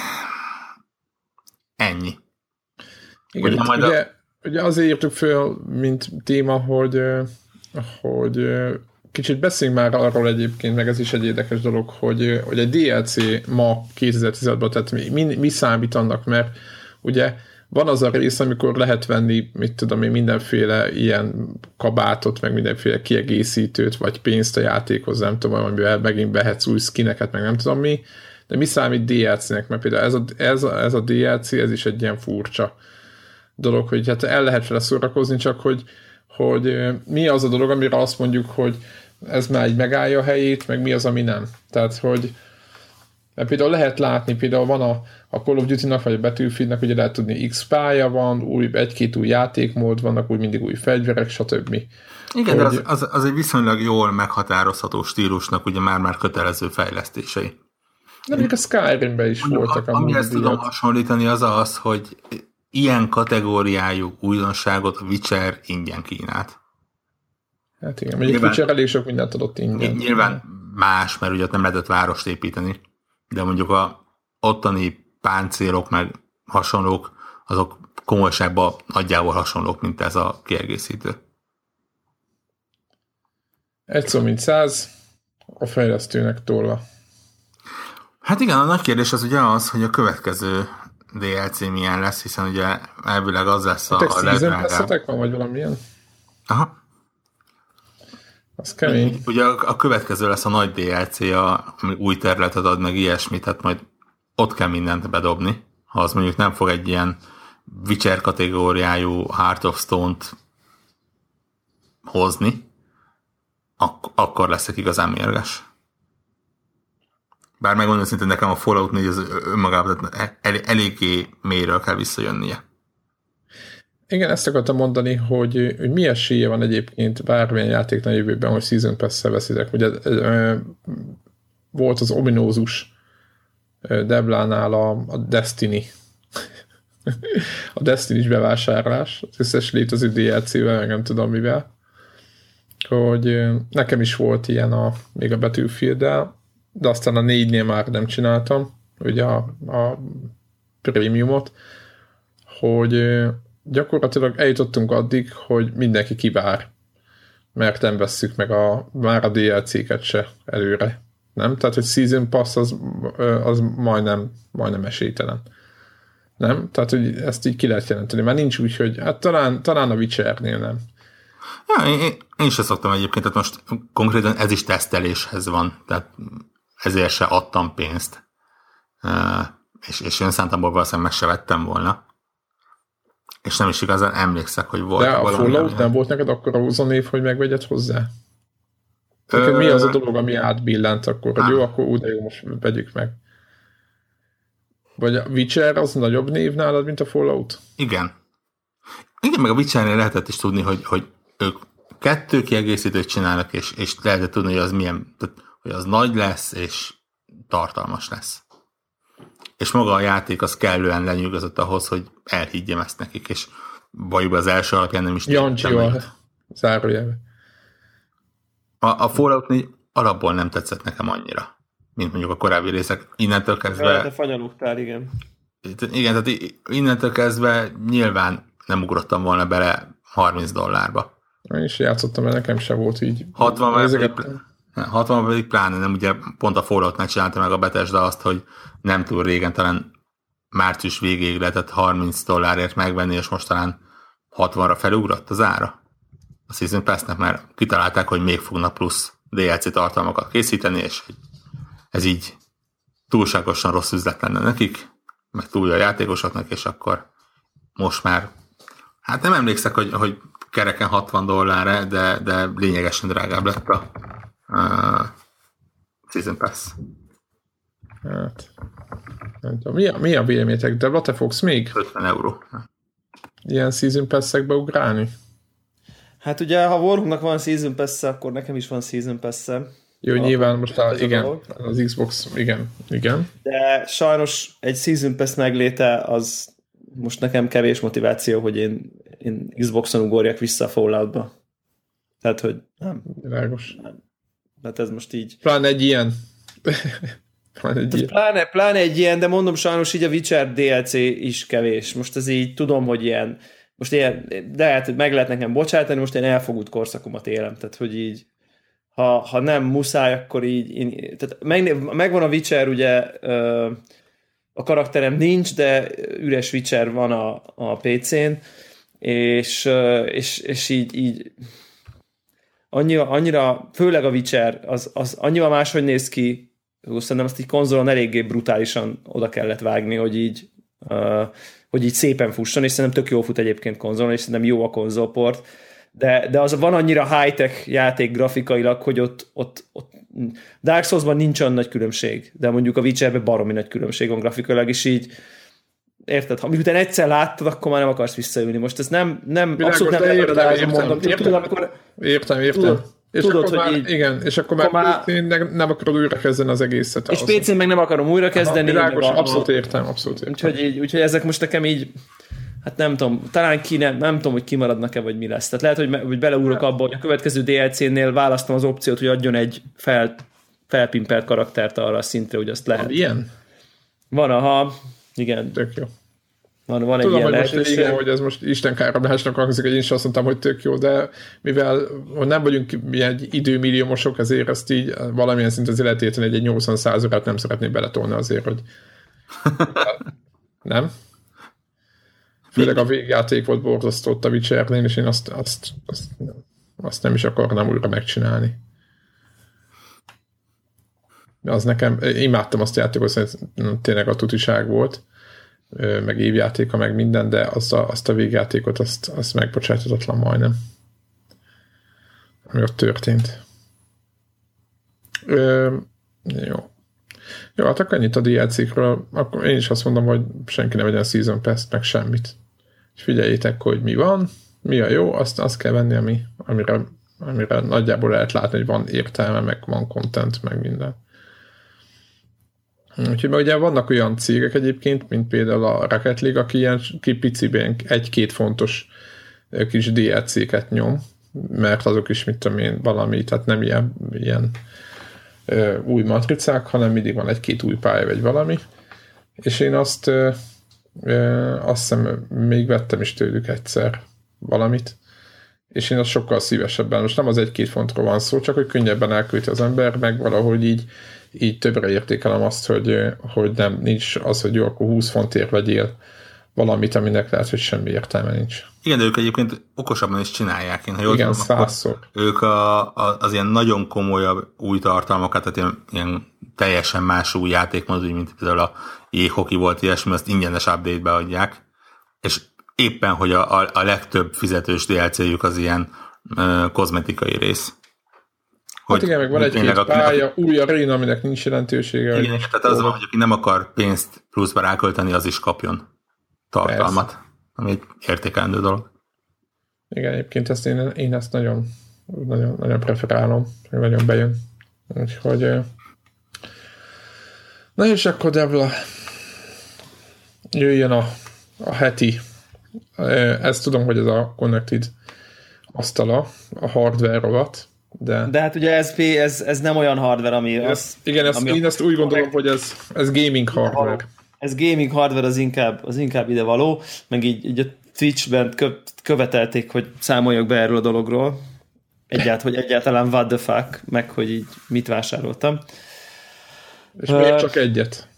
ennyi. Igen, ugye, majd ugye, a... ugye azért írtuk föl, mint téma, hogy, hogy kicsit beszéljünk már arról egyébként, meg ez is egy érdekes dolog, hogy, hogy egy dé el cé ma kétezer-tizenhatban, tehát mi, mi számít annak, mert ugye van az a rész, amikor lehet venni, mit tudom én, mindenféle ilyen kabátot, meg mindenféle kiegészítőt, vagy pénzt a játékhoz, nem tudom, amivel megint behetsz új skineket, meg nem tudom mi, de mi számít dé el cé-nek, mert például ez a, ez, a, ez a dé el cé, ez is egy ilyen furcsa dolog, hogy hát el lehet vele szórakozni, csak hogy, hogy mi az a dolog, amire azt mondjuk, hogy ez már így megállja a helyét, meg mi az, ami nem. Tehát, hogy mert például lehet látni, például van a, a Call of Duty-nak, vagy a Battlefieldnek, ugye lehet tudni, X pálya van, új, egy-két új játékmód vannak, úgy mindig új fegyverek, stb. Igen, hogy... de az, az, az egy viszonylag jól meghatározható stílusnak ugye már-már kötelező fejlesztései. De még a Skyrimben is mondjuk, voltak. Ami ezt tudom hasonlítani, az az, hogy ilyen kategóriájú újdonságot a Witcher ingyen kínált. Hát igen, mondjuk Witcher elég sok mindent adott ingyen. Nyilván más, mert ugye ott nem lehetett várost építeni, de mondjuk a ottani páncélok meg hasonlók, azok komolyságban nagyjából hasonlók, mint ez a kiegészítő. Egy szó mint száz, a fejlesztőnek tolla. Hát igen, a nagy kérdés az ugye az, hogy a következő dé el cé milyen lesz, hiszen ugye elvileg az lesz a, a a legdrágább. Van, vagy valamilyen? Aha. Az kemény. Ugye a, a következő lesz a nagy dé el cé, a, ami új területet ad, meg ilyesmit, hát majd ott kell mindent bedobni. Ha az mondjuk nem fog egy ilyen Witcher kategóriájú Heart of Stone-t hozni, ak- akkor leszek igazán mérges. Bár megmondom szintén nekem a Fallout négy az önmagában el- eléggé mélyről kell visszajönnie. Igen, ezt akartam mondani, hogy, hogy mi esélye van egyébként bármilyen játéknál jövőben, hogy Season Pass-szel veszitek. Ugye volt az ominózus Deblánál a, a Destiny a Destiny-s bevásárlás, az összes létező dé el cé-vel, meg nem tudom mivel, hogy nekem is volt ilyen a, még a Battlefield-del, de aztán a négynél már nem csináltam, ugye a, a prémiumot, hogy gyakorlatilag eljutottunk addig, hogy mindenki kivár, mert nem vesszük meg a, már a dé el cé-ket se előre. Nem? Tehát, hogy Season Pass az, az majdnem, majdnem esélytelen. Nem? Tehát, hogy ezt így ki lehet jelenteni. Már nincs úgy, hogy hát talán, talán a Witchernél nem. Ja, én, én is ezt szoktam egyébként, tehát most konkrétan ez is teszteléshez van, tehát ezért se adtam pénzt. És, és önszántamból valószínűleg meg se vettem volna. És nem is igazán emlékszek, hogy volt. De a Fallout nem volt neked akkora húzónév, hogy megvegyed hozzá? Ö... mi az a dolog, ami átbillent akkor, hogy jó, akkor úgy, de jó, most vegyük meg. Vagy a Witcher az nagyobb név nálad, mint a Fallout? Igen. Igen, meg a Witchernél lehetett is tudni, hogy, hogy ők kettő kiegészítőt csinálnak, és, és lehetett tudni, hogy az milyen, hogy az nagy lesz, és tartalmas lesz. És maga a játék az kellően lenyűgözött ahhoz, hogy elhiggyem ezt nekik, és vagy az első alapján nem is Jancsival zárójelve. A, a Fallout négy alapból nem tetszett nekem annyira, mint mondjuk a korábbi részek. Innentől kezdve... Ja, te fanyalogtál, igen. Igen, tehát innentől kezdve nyilván nem ugrottam volna bele harminc dollárba. Én is játszottam, mert nekem sem volt így. hatvan hatvan pedig pláne nem, ugye pont a Falloutnál csinálta meg a Bethesda azt, hogy nem túl régen, talán március végéig lehetett harminc dollárért megvenni, és most talán hatvanra felugrott az ára. A Season Pass-nek már kitalálták, hogy még fognak plusz dé el cé tartalmakat készíteni, és ez így túlságosan rossz üzlet lenne nekik, meg túl a játékosoknak, és akkor most már, hát nem emlékszek, hogy, hogy kereken hatvan dollárra, de, de lényegesen drágább lett a uh, Season Pass. Hát, nem tudom, mi a, mi a véleményetek, de te fogsz még? ötven euró. Ilyen Season Pass-ekbe ugrálni? Hát ugye, ha Warhawknak van Season Pass-e, akkor nekem is van Season Pass-e. Jó, a, nyilván most a, igen, dolog. Az Xbox, igen, igen. De sajnos egy Season Pass megléte az most nekem kevés motiváció, hogy én, én Xboxon ugorjak vissza a Falloutba. Tehát, hogy nem. Világos. Nem. Hát ez most így. Pláne egy ilyen. pláne, egy ilyen. Pláne, pláne egy ilyen, de mondom sajnos így a Witcher dé el cé is kevés. Most ez így tudom, hogy ilyen, most ilyen, de hát meg lehet nekem bocsátani, most én elfogult korszakomat élem. Tehát, hogy így Ha, ha nem muszáj, akkor így... Én, tehát meg, megvan a Witcher, ugye a karakterem nincs, de üres Witcher van a, a pé cén, és, és, és így, így annyira, annyira, főleg a Witcher, az, az annyira máshogy néz ki, szerintem azt így konzolon eléggé brutálisan oda kellett vágni, hogy így, hogy így szépen fusson, és szerintem tök jó fut egyébként konzolon, és szerintem jó a konzolport, De, de az van annyira high-tech játék grafikailag, hogy ott, ott, ott Dark Souls-ban nincs olyan nagy különbség, de mondjuk a Witcherben baromi nagy különbség van grafikailag, és így érted, ha miután egyszer láttad, akkor már nem akarsz visszaülni. Most ez nem, nem Világos, abszolút nem értem, mondom. Értem, tudod, amikor, értem, értem. Tudod, és tudod akkor hogy már, így, igen, és akkor, akkor már pé cén nem akarod újra kezdeni az egészet. És pé cén meg nem akarom újra kezdeni. Aha, világos, abszolút értem, abszolút értem. Úgyhogy, így, úgyhogy ezek most nekem így hát nem tudom, talán ki nem, nem tudom, hogy kimaradnak-e, vagy mi lesz. Tehát lehet, hogy, hogy beleugrok abba, hogy a következő dé el cé-nél választom az opciót, hogy adjon egy fel, felpimpelt karaktert arra a szintre, hogy azt lehet. Ilyen? Van, aha, igen. Tök jó. Van, van egy Tudom, ilyen hogy most lehetőség. igen, hogy ez most istenkáromlásnak hangzik, hogy én is azt mondtam, hogy tök jó, de mivel nem vagyunk ilyen időmilliómosok, ezért ezt így valamilyen szint az életéten egy nyolcvan-száz órát nem szeretnék beletolni azért, hogy nem? Főleg a végjáték volt borzasztó ott a Witchernél, és én azt, azt, azt, azt nem is akarnám újra megcsinálni. Az nekem, imádtam azt a játékot, szerintem tényleg a tutiság volt, meg évjátéka, meg minden, de azt a, azt a végjátékot, azt, azt megbocsáthatatlan majdnem. Ami ott történt. Ö, jó. Jó, hát akkor ennyit a dé el cé-kről, akkor én is azt mondom, hogy senki ne vegyen a Season Pass-t, meg semmit. És figyeljétek, hogy mi van, mi a jó, azt, azt kell venni, ami, amire, amire nagyjából lehet látni, hogy van értelme, meg van content, meg minden. Úgyhogy ugye vannak olyan cégek egyébként, mint például a Rocket League, aki ilyen piciben egy-két fontos kis dé el cé-ket nyom, mert azok is, mit tudom én, valami, tehát nem ilyen, ilyen ö, új matricák, hanem mindig van egy-két új pálya, vagy valami. És én azt ö, ö, azt hiszem még vettem is tőlük egyszer valamit, és én azt sokkal szívesebben, most nem az egy-két fontról van szó, csak hogy könnyebben elküldi az ember, meg valahogy így így többre értékelem azt, hogy, hogy nem, nincs az, hogy jó, akkor húsz fontért vegyél valamit, aminek lehet, hogy semmi értelme nincs. Igen, de ők egyébként okosabban is csinálják. Én, ha jól igen, tudom, százszor. Ők a, a, az ilyen nagyon komolyabb új tartalmakat, tehát ilyen, ilyen teljesen más új játékmód, mint például a jéghoki volt ilyesmi, azt ingyenes update-be adják, és éppen, hogy a, a, a legtöbb fizetős dé el cé-jük az ilyen uh, kozmetikai rész. Hát igen, meg van egy-két pálya, aki... új aréna, aminek nincs jelentősége. Igen, tehát az van, hogy aki nem akar pénzt pluszba rákölteni, az is kapjon tartalmat, persze, ami egy értékelendő dolog. Igen, egyébként ezt én, én ezt nagyon, nagyon, nagyon preferálom, nagyon bejön. Úgyhogy na és akkor Devla jöjjön a, a heti, ezt tudom, hogy ez a Connected asztala, a hardware rovat. De... de hát ugye ez, ez, ez nem olyan hardware, ami ez, az... Igen, ezt, ami én ezt úgy gondolom, hogy ez, ez gaming hardware. Ez gaming hardware az inkább, az inkább ide való, meg így, így a Twitch-ben kö, követelték, hogy számoljak be erről a dologról. Egyált, hogy egyáltalán what the fuck, meg hogy így mit vásároltam. És uh, még csak egyet.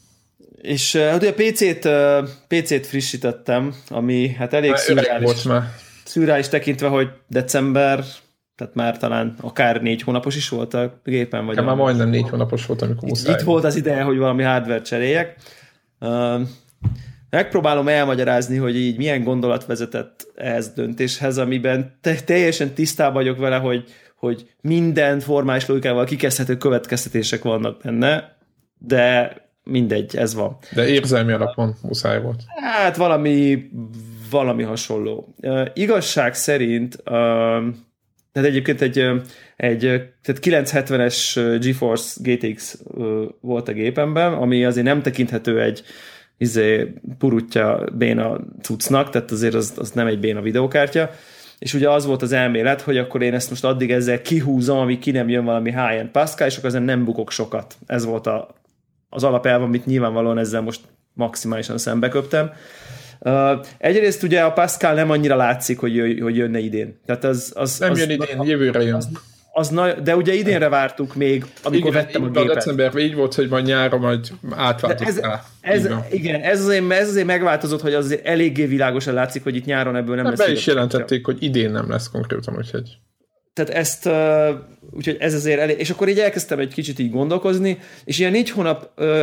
És uh, ugye a pé cét, uh, pé cét frissítettem, ami hát elég szürreális, szürreális tekintve, hogy december, tehát már talán akár négy hónapos is volt a gépen. Vagy ja, már majdnem négy hónapos volt, amikor muszáj. Itt volt az ideje, hogy valami hardware cseréljek. Uh, megpróbálom elmagyarázni, hogy így milyen gondolat vezetett ehhez döntéshez, amiben te- teljesen tisztában vagyok vele, hogy, hogy minden formális logikával kikezdhető következtetések vannak benne, de mindegy, ez van. De érzelmi alapon muszáj volt. Hát valami, valami hasonló. Uh, igazság szerint uh, tehát egyébként egy, egy tehát kilencszázhetvenes GeForce gé té iksz volt a gépemben, ami azért nem tekinthető egy izé, purutya béna cuccnak, tehát azért az, az nem egy béna videókártya, és ugye az volt az elmélet, hogy akkor én ezt most addig ezzel kihúzom, amíg ki nem jön valami high-end Pascal, és akkor ezen nem bukok sokat. Ez volt a, az alapelv, amit nyilvánvalóan ezzel most maximálisan szembeköptem. Uh, egyrészt ugye a Pascal nem annyira látszik, hogy, jö, hogy jönne idén. Tehát az, az, nem az, jön idén, jövőre jön. Az, az na, de ugye idénre vártuk még, amikor igen, vettem a gépet. A decemberben így volt, hogy majd nyára majd átváltottál. Ez, ez, igen, ez azért, ez azért megváltozott, hogy az eléggé világosan látszik, hogy itt nyáron ebből nem hát lesz. Be is jelentették, hogy idén nem lesz konkrétan, úgyhogy... Tehát ezt, uh, úgyhogy ez azért elég, és akkor így elkezdtem egy kicsit így gondolkozni, és ilyen négy hónap uh,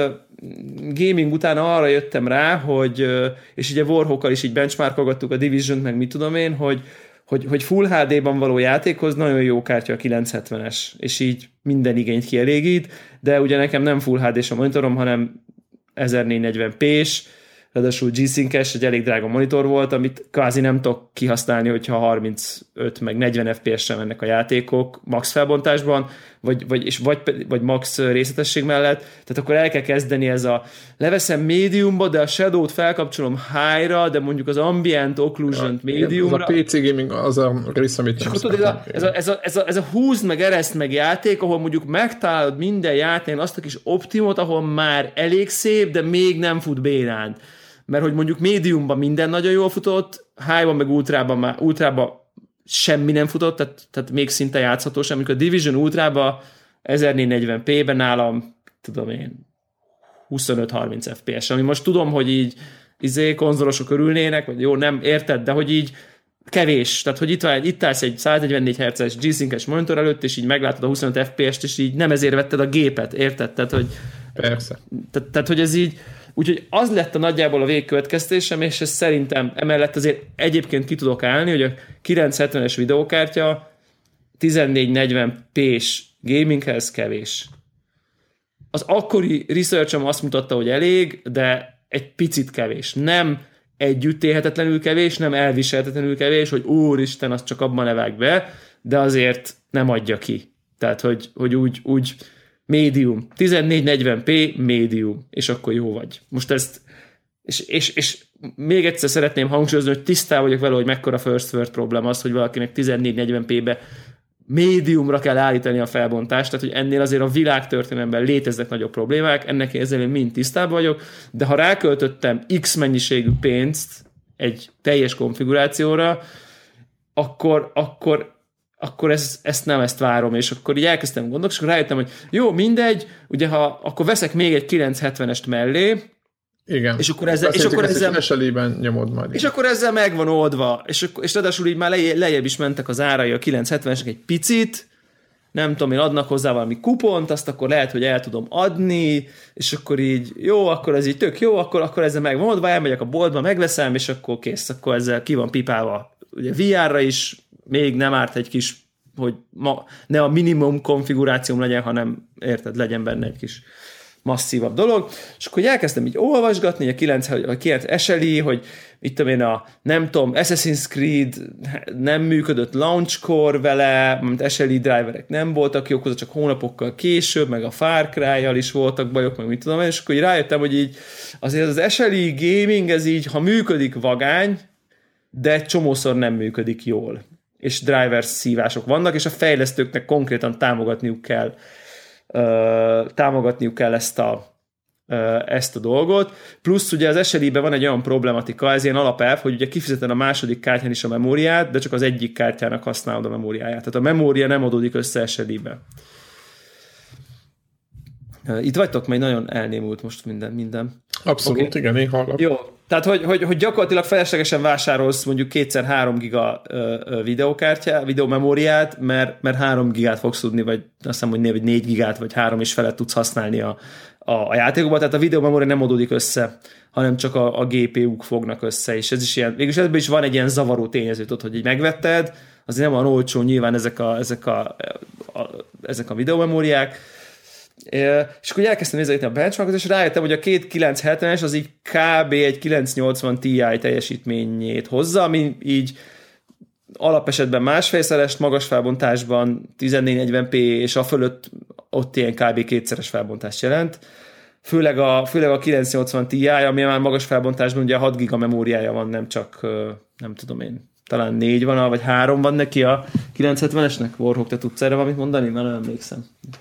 gaming után arra jöttem rá, hogy, uh, és ugye Warhawkkal is így benchmarkolgattuk a Division-t, meg mit tudom én, hogy, hogy, hogy Full há dé-ban való játékhoz nagyon jó kártya a kilencszázhetvenes, és így minden igényt kielégít, de ugye nekem nem Full há dés a monitorom, hanem ezernégyszáznegyven pés, ráadásul G-Sync-es, egy elég drága monitor volt, amit kvázi nem tudok kihasználni, hogyha harmincöt meg negyven ef pé es-re mennek a játékok max felbontásban, vagy, vagy, és vagy, vagy max részletesség mellett, tehát akkor el kell kezdeni ez a leveszem médiumba, de a Shadow-t felkapcsolom high-ra, de mondjuk az Ambient Occlusion-t ja, médiumra. Ez a pé cé gaming az a rész, amit nem tudod, ez, a, ez, a, ez, a, ez, a, ez a húzd meg, ereszt meg játék, ahol mondjuk megtalálod minden játékon azt a kis optimot, ahol már elég szép, de még nem fut bénán. mert hogy mondjuk médiumban minden nagyon jól futott, high-ban meg ultrában, már, ultrában semmi nem futott, tehát, tehát még szinte játszható sem, amikor a Division ultrában ezernégyszáznegyven pé-ben nálam, tudom én, huszonöt-harminc ef pé es, ami most tudom, hogy így izé, konzolosok örülnének, vagy jó, nem érted, de hogy így kevés, tehát hogy itt, van, itt állsz egy száznegyvennégy hertzes G-Sync-es monitor előtt, és így meglátod a huszonöt ef pé est, és így nem ezért vetted a gépet, érted? Tehát, hogy, Persze. Tehát, tehát, hogy ez így, úgyhogy az lett a nagyjából a végkövetkeztésem, és ez szerintem emellett azért egyébként ki tudok állni, hogy a kilencszázhetvenes videókártya ezernégyszáznegyven pé-s gaminghez kevés. Az akkori researchom azt mutatta, hogy elég, de egy picit kevés. Nem együtt élhetetlenül kevés, nem elviselhetetlenül kevés, hogy úristen, azt csak abban ne vág be, de azért nem adja ki. Tehát, hogy, hogy úgy, úgy médium. ezernégyszáznegyven pé médium, és akkor jó vagy. Most ezt, és, és, és még egyszer szeretném hangsúlyozni, hogy tisztában vagyok vele, hogy mekkora first world probléma az, hogy valakinek ezernégyszáznegyven pé-be médiumra kell állítani a felbontást, tehát hogy ennél azért a világtörténelemben léteznek nagyobb problémák, ennek ezzel én mind tisztában vagyok, de ha ráköltöttem X mennyiségű pénzt egy teljes konfigurációra, akkor, akkor, akkor ez, ezt nem ezt várom, és akkor így elkezdtem gondolni, és akkor rájöttem, hogy jó, mindegy, ugye ha akkor veszek még egy kilencszázhetvenest mellé, igen. És akkor ezzel, és akkor ezzel, eselében nyomod majd. És akkor ezzel meg van oldva. És, és ráadásul így már lejjebb is mentek az árai a kilencszázhetvenesnek egy picit, nem tudom, én adnak hozzá valami kupont, azt akkor lehet, hogy el tudom adni, és akkor így jó, akkor ez így tök jó, akkor, akkor ezzel meg van oldva, elmegyek a boltba, megveszem, és akkor kész, akkor ezzel ki van pipálva. Ugye vé er-ra is még nem árt egy kis, hogy ma, ne a minimum konfigurációm legyen, hanem érted, legyen benne egy kis masszívabb dolog, és akkor elkezdtem így olvasgatni, a kilenc es el i, hogy itt tudom én a, nem tudom, Assassin's Creed nem működött launchkor vele, mint es el i driverek nem voltak jók, csak hónapokkal később, meg a Far Cry-jal is voltak bajok, meg mit tudom én, és akkor így rájöttem, hogy így azért az es el i gaming, ez így, ha működik vagány, de csomószor nem működik jól. És driver szívások vannak, és a fejlesztőknek konkrétan támogatniuk kell Uh, támogatniuk kell ezt a, uh, ezt a dolgot. Plusz ugye az es el i-ben van egy olyan problematika, ez ilyen alapelv, hogy ugye kifizeted a második kártyán is a memóriát, de csak az egyik kártyának használod a memóriáját. Tehát a memória nem adódik össze es el i-be. Uh, itt vagytok, majd nagyon elnémult most minden. minden. Abszolút, okay. Igen, én hallom. Jó, tehát hogy, hogy, hogy gyakorlatilag feleslegesen vásárolsz mondjuk kétszer három giga uh, videókártya, videómemóriát, mert, mert három gigát fogsz tudni, vagy azt hiszem, hogy négy gigát, vagy három és felet tudsz használni a, a, a játékokban, tehát a videómemória nem adódik össze, hanem csak a, a gé pé ú-k fognak össze, és ez is ilyen, végülis ebben is van egy ilyen zavaró tényező, tudod, hogy így megvetted, azért nem olyan olcsó nyilván ezek a, ezek a, a, ezek a videómemóriák, és akkor elkezdtem nézni a benchmarkot, és rájöttem, hogy a két kilencszázhetvenes az így kb. Egy kilencszáznyolcvan Ti teljesítményét hozza, ami így alapesetben másfélszeres, magas felbontásban ezernégyszáznegyven pé, és a fölött ott ilyen kb. Kétszeres felbontást jelent. Főleg a, főleg a kilencszáznyolcvan Ti, ami már magas felbontásban ugye a hat giga memóriája van, nem csak, nem tudom én, talán négy van, vagy három van neki a kilencszázhetvenesnek. Warhawk, te tudsz erre valamit mondani? Már nem emlékszem.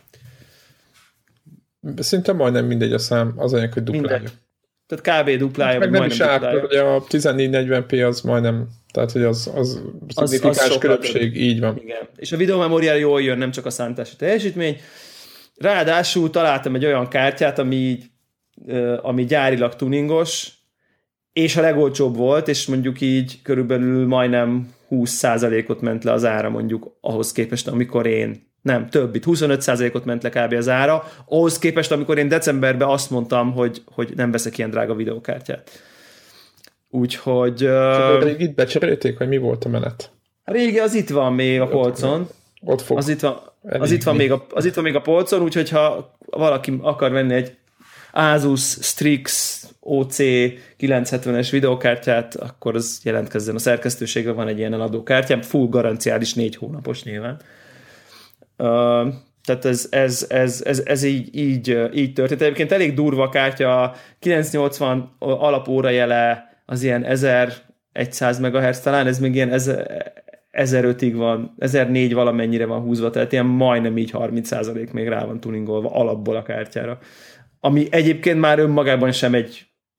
Szinte majdnem mindegy a szám, az anyag, hogy duplája. Mindegy. Tehát kb. Duplája, meg nem is át, hogy a ezernégyszáznegyven pé az majdnem, tehát hogy az, az szignifikáns különbség, több. Így van. Igen. És a videómemóriára jól jön, nem csak a számítási teljesítmény. Ráadásul találtam egy olyan kártyát, ami, ami gyárilag tuningos, és a legolcsóbb volt, és mondjuk így körülbelül majdnem húsz százalékot ment le az ára mondjuk ahhoz képest, amikor én nem, több, itt huszonöt százalékot ment le kb. Az ára, ahhoz képest, amikor én decemberben azt mondtam, hogy, hogy nem veszek ilyen drága videókártyát. Úgyhogy... Uh, pedig itt becserélték, vagy mi volt a menet? A régi az itt van még a polcon. Ott fog. Az itt van, az itt van, még, a, az itt van még a polcon, úgyhogy ha valaki akar venni egy Asus Strix o cé kilencszázhetvenes videókártyát, akkor az jelentkezzen a szerkesztőségben, van egy ilyen eladó kártyám, full garanciális, négy hónapos nyilván. Uh, tehát ez, ez, ez, ez, ez így, így, így történt. Egyébként elég durva a kártya, kilencszáznyolcvan alapóra jele, az ilyen ezerszáz megahertz, talán ez még ilyen ezerötig van, ezernégy valamennyire van húzva, tehát ilyen majdnem így harminc százalék még rá van tuningolva alapból a kártyára. Ami egyébként már önmagában sem egy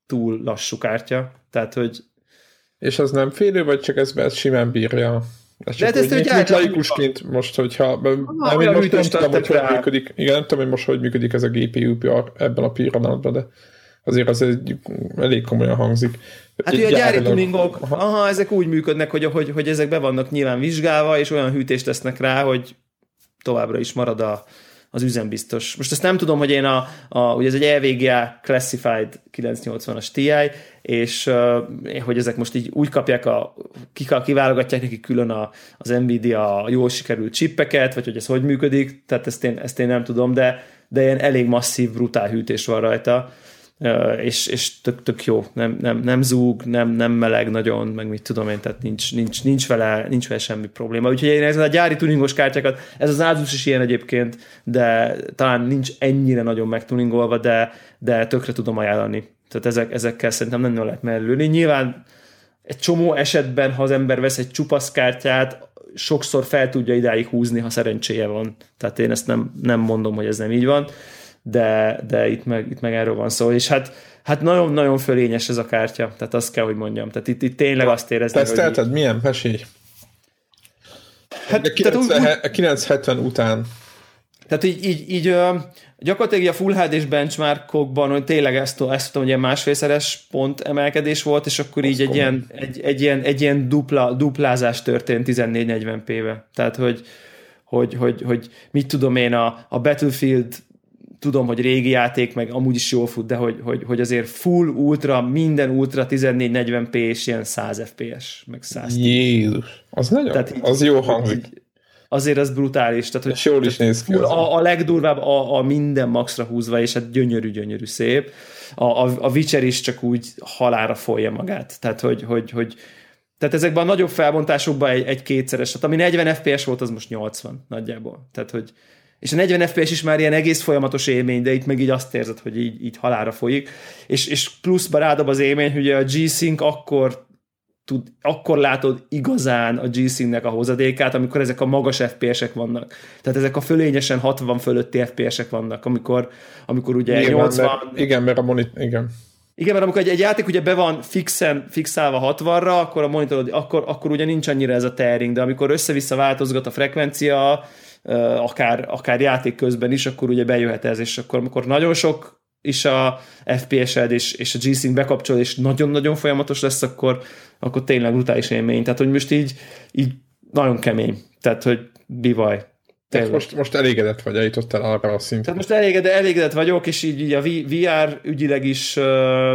túl lassú kártya, tehát, hogy... És az nem félő, vagy csak ez, ez simán bírja? Ez csak de ezt úgy, mint laikusként most, hogyha... Nem, én most nem tudom, hogy hogy működik. Igen, nem tudom, hogy most hogy működik ez a gé pé u ebben a pillanatban, de azért az egy, elég komolyan hangzik. Hát ugye a gyári tuningok, aha. aha, ezek úgy működnek, hogy, hogy, hogy ezek be vannak nyilván vizsgálva, és olyan hűtést tesznek rá, hogy továbbra is marad a, az üzembiztos. Most ezt nem tudom, hogy én a, a ugye ez egy e vé gé á Classified kilencszáznyolcvanas Ti, és uh, hogy ezek most így úgy kapják, a, kiválogatják neki külön a, az Nvidia a jól sikerült csippeket, vagy hogy ez hogy működik, tehát ezt én, ezt én nem tudom, de, de ilyen elég masszív, brutál hűtés van rajta. Uh, és, és tök, tök jó, nem, nem, nem zúg, nem, nem meleg nagyon, meg mit tudom én, tehát nincs, nincs, nincs, vele, nincs vele semmi probléma. Úgyhogy én ezzel a gyári tuningos kártyákat, ez az Asus is ilyen egyébként, de talán nincs ennyire nagyon megtuningolva, de, de tökre tudom ajánlani. Tehát ezek, ezekkel szerintem nem lehet mellőni. Nyilván egy csomó esetben, ha az ember vesz egy csupasz kártyát, sokszor fel tudja idáig húzni, ha szerencséje van. Tehát én ezt nem, nem mondom, hogy ez nem így van. de, de itt, meg, itt meg erről van szó, és hát, hát nagyon-nagyon fölényes ez a kártya, tehát azt kell, hogy mondjam. Tehát itt, itt tényleg azt érezni, hogy... Tesztelted? Milyen? Mesélj! Hát, a kilencszázhetven után. Tehát így, így, így gyakorlatilag a Full há dés benchmarkokban, hogy tényleg ezt, ezt tudom, hogy ilyen másfélszeres pont emelkedés volt, és akkor azt így egy ilyen, egy, egy ilyen, egy ilyen dupla, duplázás történt tizennégy negyven pé-be. Tehát, hogy, hogy, hogy, hogy mit tudom én, a, a Battlefield tudom, hogy régi játék, meg amúgy is jól fut, de hogy, hogy, hogy azért full, ultra, minden ultra tizennégy negyven pé és ilyen száz ef pé es, meg száz. Jézus, az nagyon, tehát így, az jó hangzik. Így, azért az brutális. Tehát, hogy, jól is néz ki. A, a legdurvább a, a minden maxra húzva, és hát gyönyörű-gyönyörű szép. A, a, a Witcher is csak úgy halálra folyja magát. Tehát, hogy, hogy, hogy tehát ezekben a nagyobb felbontásokban egy, egy kétszeres, tehát ami negyven ef pé es volt, az most nyolcvan nagyjából. Tehát, hogy és a negyven ef pé es is már ilyen egész folyamatos élmény, de itt meg így azt érzed, hogy így, így halálra folyik. És, és pluszba rádob az élmény, hogy a G-Sync akkor tud, akkor látod igazán a G-Syncnek a hozadékát, amikor ezek a magas ef pé esek vannak. Tehát ezek a fölényesen hatvan fölötti ef pé esek vannak, amikor, amikor ugye igen, nyolcvan... Mert, igen, mert a monitor... Igen. Igen, mert amikor egy, egy játék ugye be van fixen, fixálva hatvanra, akkor a monitorod, akkor, akkor ugye nincs annyira ez a tearing, de amikor össze-vissza változgat a frekvencia, akár, akár játék közben is, akkor ugye bejöhet ez, és akkor amikor nagyon sok is a ef pé es-ed, és, és a G-Sync bekapcsol, és nagyon-nagyon folyamatos lesz, akkor, akkor tényleg brutális élmény. Tehát, hogy most így, így nagyon kemény. Tehát, hogy bivaj. Tehát most, most elégedett vagy, eljutottál arra a szintre. Tehát most elégedett, elégedett vagyok, és így, így a vé er ügyileg is uh,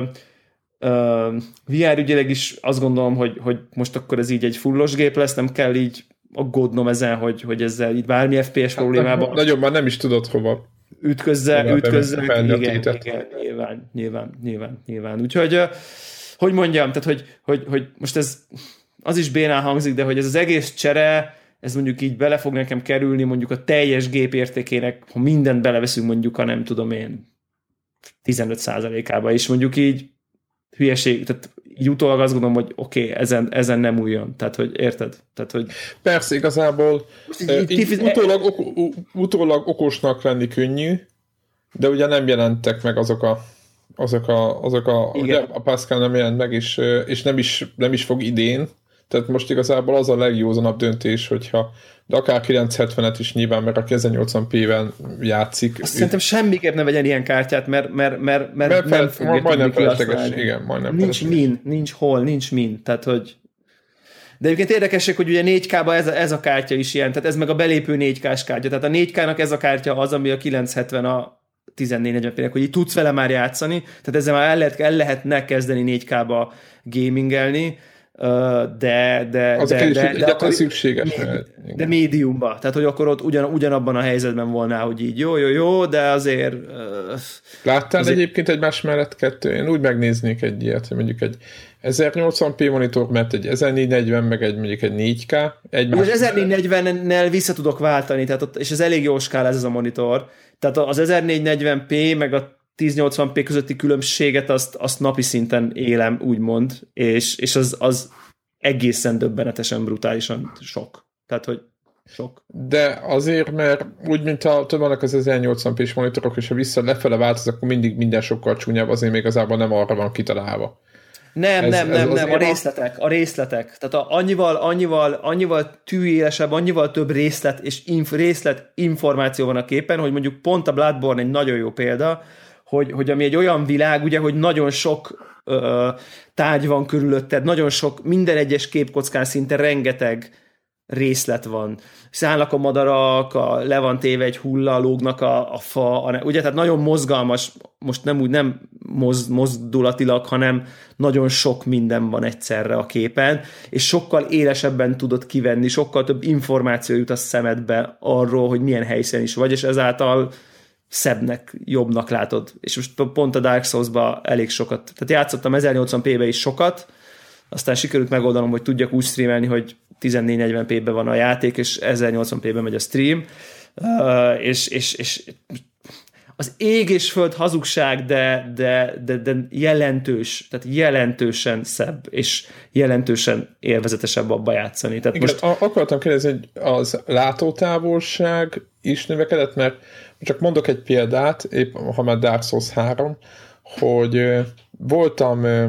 uh, vé er ügyileg is azt gondolom, hogy, hogy most akkor ez így egy fullos gép lesz, nem kell így aggódnom ezen, hogy, hogy ezzel így bármi ef pé es hát problémában... Nagyon már nem is tudod hova. Ütközze, ütközze, igen, igen, nyilván, nyilván, nyilván, nyilván. Úgyhogy, hogy mondjam, tehát, hogy, hogy, hogy most ez az is bénán hangzik, de hogy ez az egész csere, ez mondjuk így bele fog nekem kerülni mondjuk a teljes gép értékének, ha mindent beleveszünk mondjuk, ha nem tudom én, tizenöt százalékába, és mondjuk így hülyeség, tehát így utólag azt gondolom, hogy oké, okay, ezen, ezen nem újjon. Tehát, hogy érted? Tehát, hogy... Persze, igazából így, így kifizet... utólag, ok, utólag okosnak lenni könnyű, de ugye nem jelentek meg azok a azok a, azok a, ugye a Pascal nem jelent meg, és, és nem, is, nem is fog idén. Tehát most igazából az a legjózanabb döntés, hogyha de akár kilencszázhetvenet is nyilván, mert a ezernyolcvan pé-vel játszik. Azt szerintem semmiképp ne vegyen ilyen kártyát, mert, mert, mert, mert, mert nem fogja majdnem felesleges, igen, majdnem nincs felesleges. min, nincs hol, nincs min, tehát hogy de egyébként érdekesség, hogy ugye négy ká-ba ez a, ez a kártya is ilyen, tehát ez meg a belépő négy ká-s kártya, tehát a négy ká-nak ez a kártya az, ami a kilencszázhetven a tizennégy negyven pé-nek, hogy így tudsz vele már játszani, tehát ezzel már el, lehet, el lehetne kezdeni négy ká-ba gamingelni, de de az de, de, de, de, akkor szükséges. De, de médiumba, tehát hogy akkor ott ugyan, ugyanabban a helyzetben volna, hogy így jó, jó, jó, de azért... Uh, Láttál azért... egyébként egymás mellett kettő? Én úgy megnéznék egy ilyet, hogy mondjuk egy ezernyolcvan pé monitor, mert egy ezernégyszáznegyven, meg egy mondjuk egy négy ká. Egymás az ezernégyszáznegyvennel vissza tudok váltani, tehát ott, és ez elég jó skál ez, ez a monitor. Tehát az ezernégyszáznegyven pé, meg a ezernyolcvan pé közötti különbséget azt, azt napi szinten élem, úgymond, és, és az, az egészen döbbenetesen brutálisan sok. Tehát, hogy Sok. De azért, mert úgy, mint a több vannak az ezernyolcvan pés monitorok, és ha vissza lefele változ, akkor mindig minden sokkal csúnyabb, azért még igazából nem arra van kitalálva. Nem, ez, nem, ez nem, nem, a a... részletek, a részletek. Tehát a, annyival, annyival, annyival tűélesebb, annyival több részlet és inf, részlet információ van a képen, hogy mondjuk pont a Bloodborne egy nagyon jó példa, hogy, hogy ami egy olyan világ, ugye, hogy nagyon sok ö, tárgy van körülötted, nagyon sok, minden egyes képkockán szinte rengeteg részlet van. Szállnak a madarak, a, le van téve egy hulla, lógnak a, a fa, a, ugye, tehát nagyon mozgalmas, most nem úgy nem moz, mozdulatilag, hanem nagyon sok minden van egyszerre a képen, és sokkal élesebben tudod kivenni, sokkal több információ jut a szemedbe arról, hogy milyen helyszínen is vagy, és ezáltal szebbnek, jobbnak látod. És most pont a Dark Souls-ba elég sokat, tehát játszottam ezernyolcvan pé-be is sokat, aztán sikerült megoldanom, hogy tudjak úgy streamelni, hogy tizennégy negyven pé-ben van a játék, és ezernyolcvan pé-ben megy a stream, uh, és, és, és az ég és föld hazugság, de, de, de, de jelentős, tehát jelentősen szebb, és jelentősen élvezetesebb abba játszani. Tehát igen, most... a- akartam kérdezni, hogy az látótávolság is növekedett, mert csak mondok egy példát, épp ha már Dark Souls három, hogy uh, voltam uh,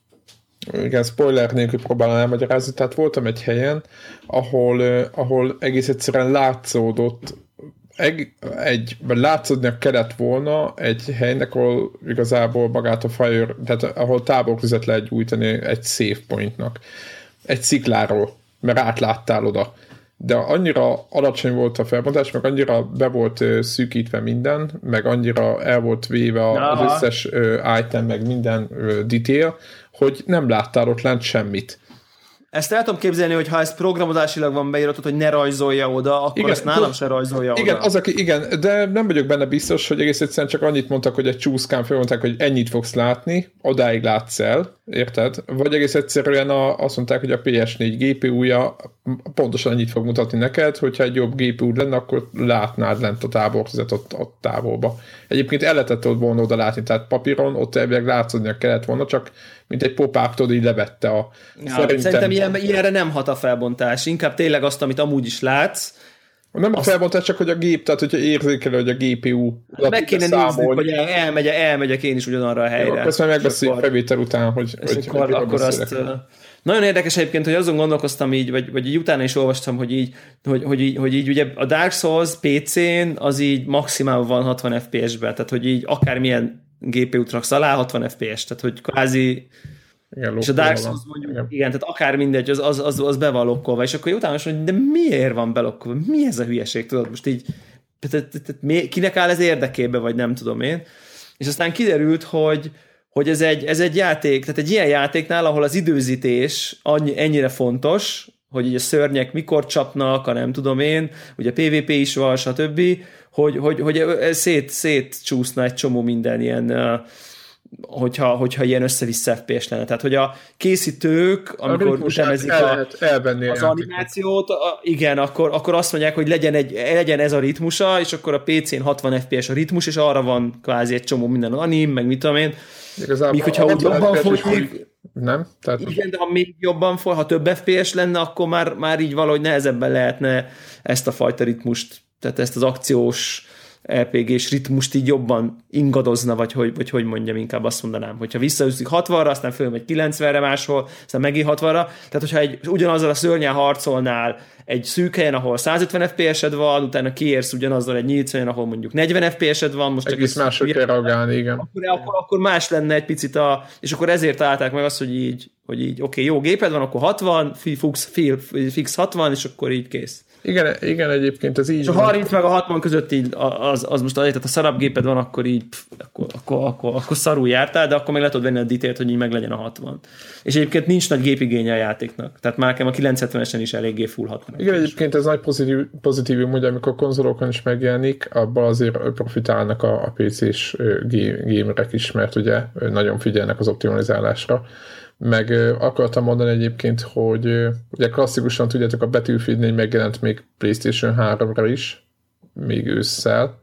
igen, spoiler nélkül próbálom elmagyarázni, tehát voltam egy helyen, ahol, uh, ahol egész egyszerűen látszódott, egy, egy, vagy látszódnia kellett volna egy helynek, ahol igazából magát a fire, tehát ahol tábortüzet lehet gyújtani egy save pointnak. Egy szikláról, mert átláttál oda. De annyira alacsony volt a felbontás, meg annyira be volt uh, szűkítve minden, meg annyira el volt véve az Aha. összes uh, item, meg minden uh, detail, hogy nem láttál ott lent semmit. Ezt el tudom képzelni, hogy ha ez programozásilag van beíratott, hogy ne rajzolja oda, akkor igen, ezt nálam se rajzolja igen, oda. Az, aki, igen, de nem vagyok benne biztos, hogy egész egyszerűen csak annyit mondtak, hogy egy csúszkán felmondták, hogy ennyit fogsz látni, odáig látsz el, érted? Vagy egész egyszerűen a, azt mondták, hogy a pé es négy gé pé úja pontosan annyit fog mutatni neked, hogyha egy jobb gé pé ú lenne, akkor látnád lent a tábortüzet ott, ott távolba. Egyébként el lehetett volna oda látni, tehát papíron ott elvileg látszódnia kellett volna, csak mint egy pop-up-tól így levette a... Ja, szerintem szerintem ilyen, ilyenre nem hat a felbontás, inkább tényleg azt, amit amúgy is látsz. Nem a azt... felbontás, csak hogy a gép, tehát hogyha érzékelő, hogy a gé pé ú... Meg kéne nézni, hogy el, elmegy, elmegyek én is ugyanarra a helyre. Jó, ezt már megbeszéljük felvétel után, hogy... És hogy, akkor, hogy akkor azt... Nagyon érdekes egyébként, hogy azon gondolkoztam így, vagy, vagy így utána is olvastam, hogy így, hogy, hogy, így, hogy így ugye a Dark Souls pé cén az így maximál van hatvan ef pé es-ben, tehát hogy így akármilyen gé pé út raksz alá, hatvan ef pé es, tehát hogy kvázi... Igen, és a Dark Souls mondjuk, igen. igen, tehát akár mindegy, az, az, az, az be van lokkolva, és akkor utána is mondjuk, de miért van belokkolva? Mi ez a hülyeség, tudod? Most így, tehát, tehát, kinek áll ez érdekébe, vagy nem tudom én. És aztán kiderült, hogy, hogy ez, egy, ez egy játék, tehát egy ilyen játéknál, ahol az időzítés annyi, ennyire fontos, hogy így a szörnyek mikor csapnak, a nem tudom én, ugye pé vé pé is van, stb., hogy, hogy, hogy szét, szétcsúszna egy csomó minden ilyen... Hogyha, hogyha ilyen össze-vissza ef pé es lenne. Tehát, hogy a készítők, amikor ütemezik el, el, az animációt, a, igen, akkor, akkor azt mondják, hogy legyen, egy, legyen ez a ritmusa, és akkor a pé cén hatvan ef pé es a ritmus, és arra van kvázi egy csomó minden anim, meg mit tudom én. Igazából míg hogyha úgy jobban folyik, nem? Tehát... igen, de ha még jobban foly, ha több ef pé es lenne, akkor már, már így valahogy nehezebben lehetne ezt a fajta ritmust, tehát ezt az akciós er pé gés ritmust így jobban ingadozna, vagy hogy, vagy hogy mondjam, inkább azt mondanám, hogyha visszaüszik hatvanra, aztán fölmegy kilencvenre máshol, aztán megint hatvanra, tehát hogyha egy, ugyanazzal a szörnyel harcolnál egy szűk helyen, ahol százötven ef pé es-ed van, utána kiérsz ugyanazzal egy nyílt helyen, ahol mondjuk negyven ef pé es-ed van, most egész máshogy kell reagálni, igen. Akkor, akkor, akkor más lenne egy picit a, és akkor ezért állták meg azt, hogy így, hogy így oké, okay, jó géped van, akkor hatvan, fix, fix hatvan, és akkor így kész. Igen, igen, egyébként ez így. És a harminc meg a hatvan között így az, az most azért, tehát a szarabb géped van, akkor így pff, akkor, akkor, akkor, akkor szarul jártál, de akkor meg le tudod venni a detailt, hogy így meg legyen a hatvan. És egyébként nincs nagy gépigénye a játéknak. Tehát már nekem a kilencszázhetvenesen is eléggé full hatvan. Igen, egyébként ez nagy pozitív, pozitívum, hogy amikor konzolokon is megjelenik, abban azért profitálnak a, a pé cés gamerek is, mert ugye nagyon figyelnek az optimalizálásra. Meg uh, akartam mondani egyébként, hogy uh, ugye klasszikusan tudjátok, a Battlefield négy megjelent még PlayStation háromra is, még ősszel,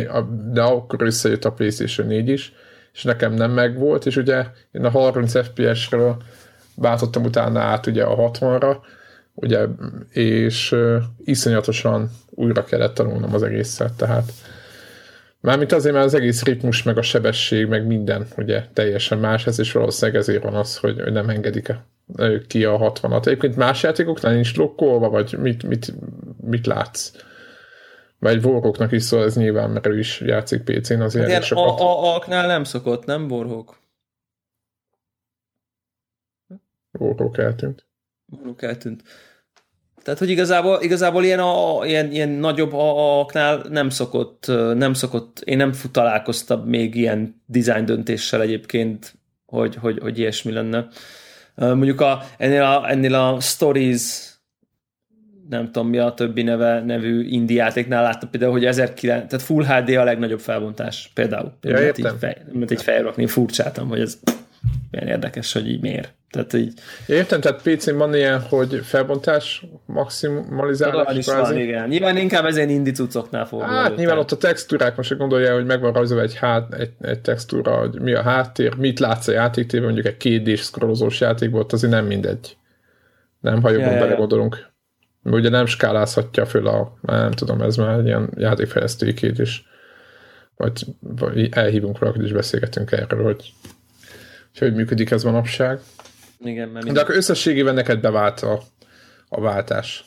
de akkor összejött a PlayStation négy is, és nekem nem megvolt, és ugye én a harminc ef pé es-ről váltottam utána át ugye a hatvanra, ugye, és uh, iszonyatosan újra kellett tanulnom az egészet, tehát mármint azért, mert az egész ritmus, meg a sebesség, meg minden, ugye teljesen más ez, és valószínűleg ezért van az, hogy, hogy nem engedik ki a hatvanat. Egyébként más játékoknál nincs lokkolva, vagy mit, mit, mit látsz? Vagy Warhawknak is szól, ez nyilván, mert ő is játszik pé cén azért. Hát a, a, a nem szokott, nem Warhawk? Warhawk eltűnt. Warhawk eltűnt. Tehát, hogy igazából, igazából ilyen, a, ilyen, ilyen nagyobb aknál nem szokott, nem szokott, én nem találkoztam még ilyen design döntéssel egyébként, hogy, hogy, hogy ilyesmi lenne. Mondjuk a, ennél, a, ennél a Stories, nem tudom mi a többi neve, nevű indie játéknál láttam például, hogy ezerkilencszáz, tehát Full há dé a legnagyobb felbontás például. Ja, értem. Mert egy fejrakni, furcsáltam, hogy ez milyen érdekes, hogy így miért. Tehát így... Értem, tehát pé cén van ilyen, hogy felbontás maximalizálás. Is van, igen. Nyilván inkább ezen indie cuccoknál fordul. Hát nyilván tehát... ott a textúrák, most gondolja, hogy megvan rajzolva egy, hát, egy, egy textúra, hogy mi a háttér, mit látsz a játéktében, mondjuk egy kétdés scrollozós játékból, azért nem mindegy. Nem, ha jobban ja, belegondolunk. Ugye nem skálázhatja föl a, nem tudom, ez már egy ilyen játékfejlesztői kétdés. Vagy, vagy elhívunk valakit, és beszélgetünk erről, hogy hogy működik ez manapság. Igen, mert de akkor összességében neked bevált a, a váltás.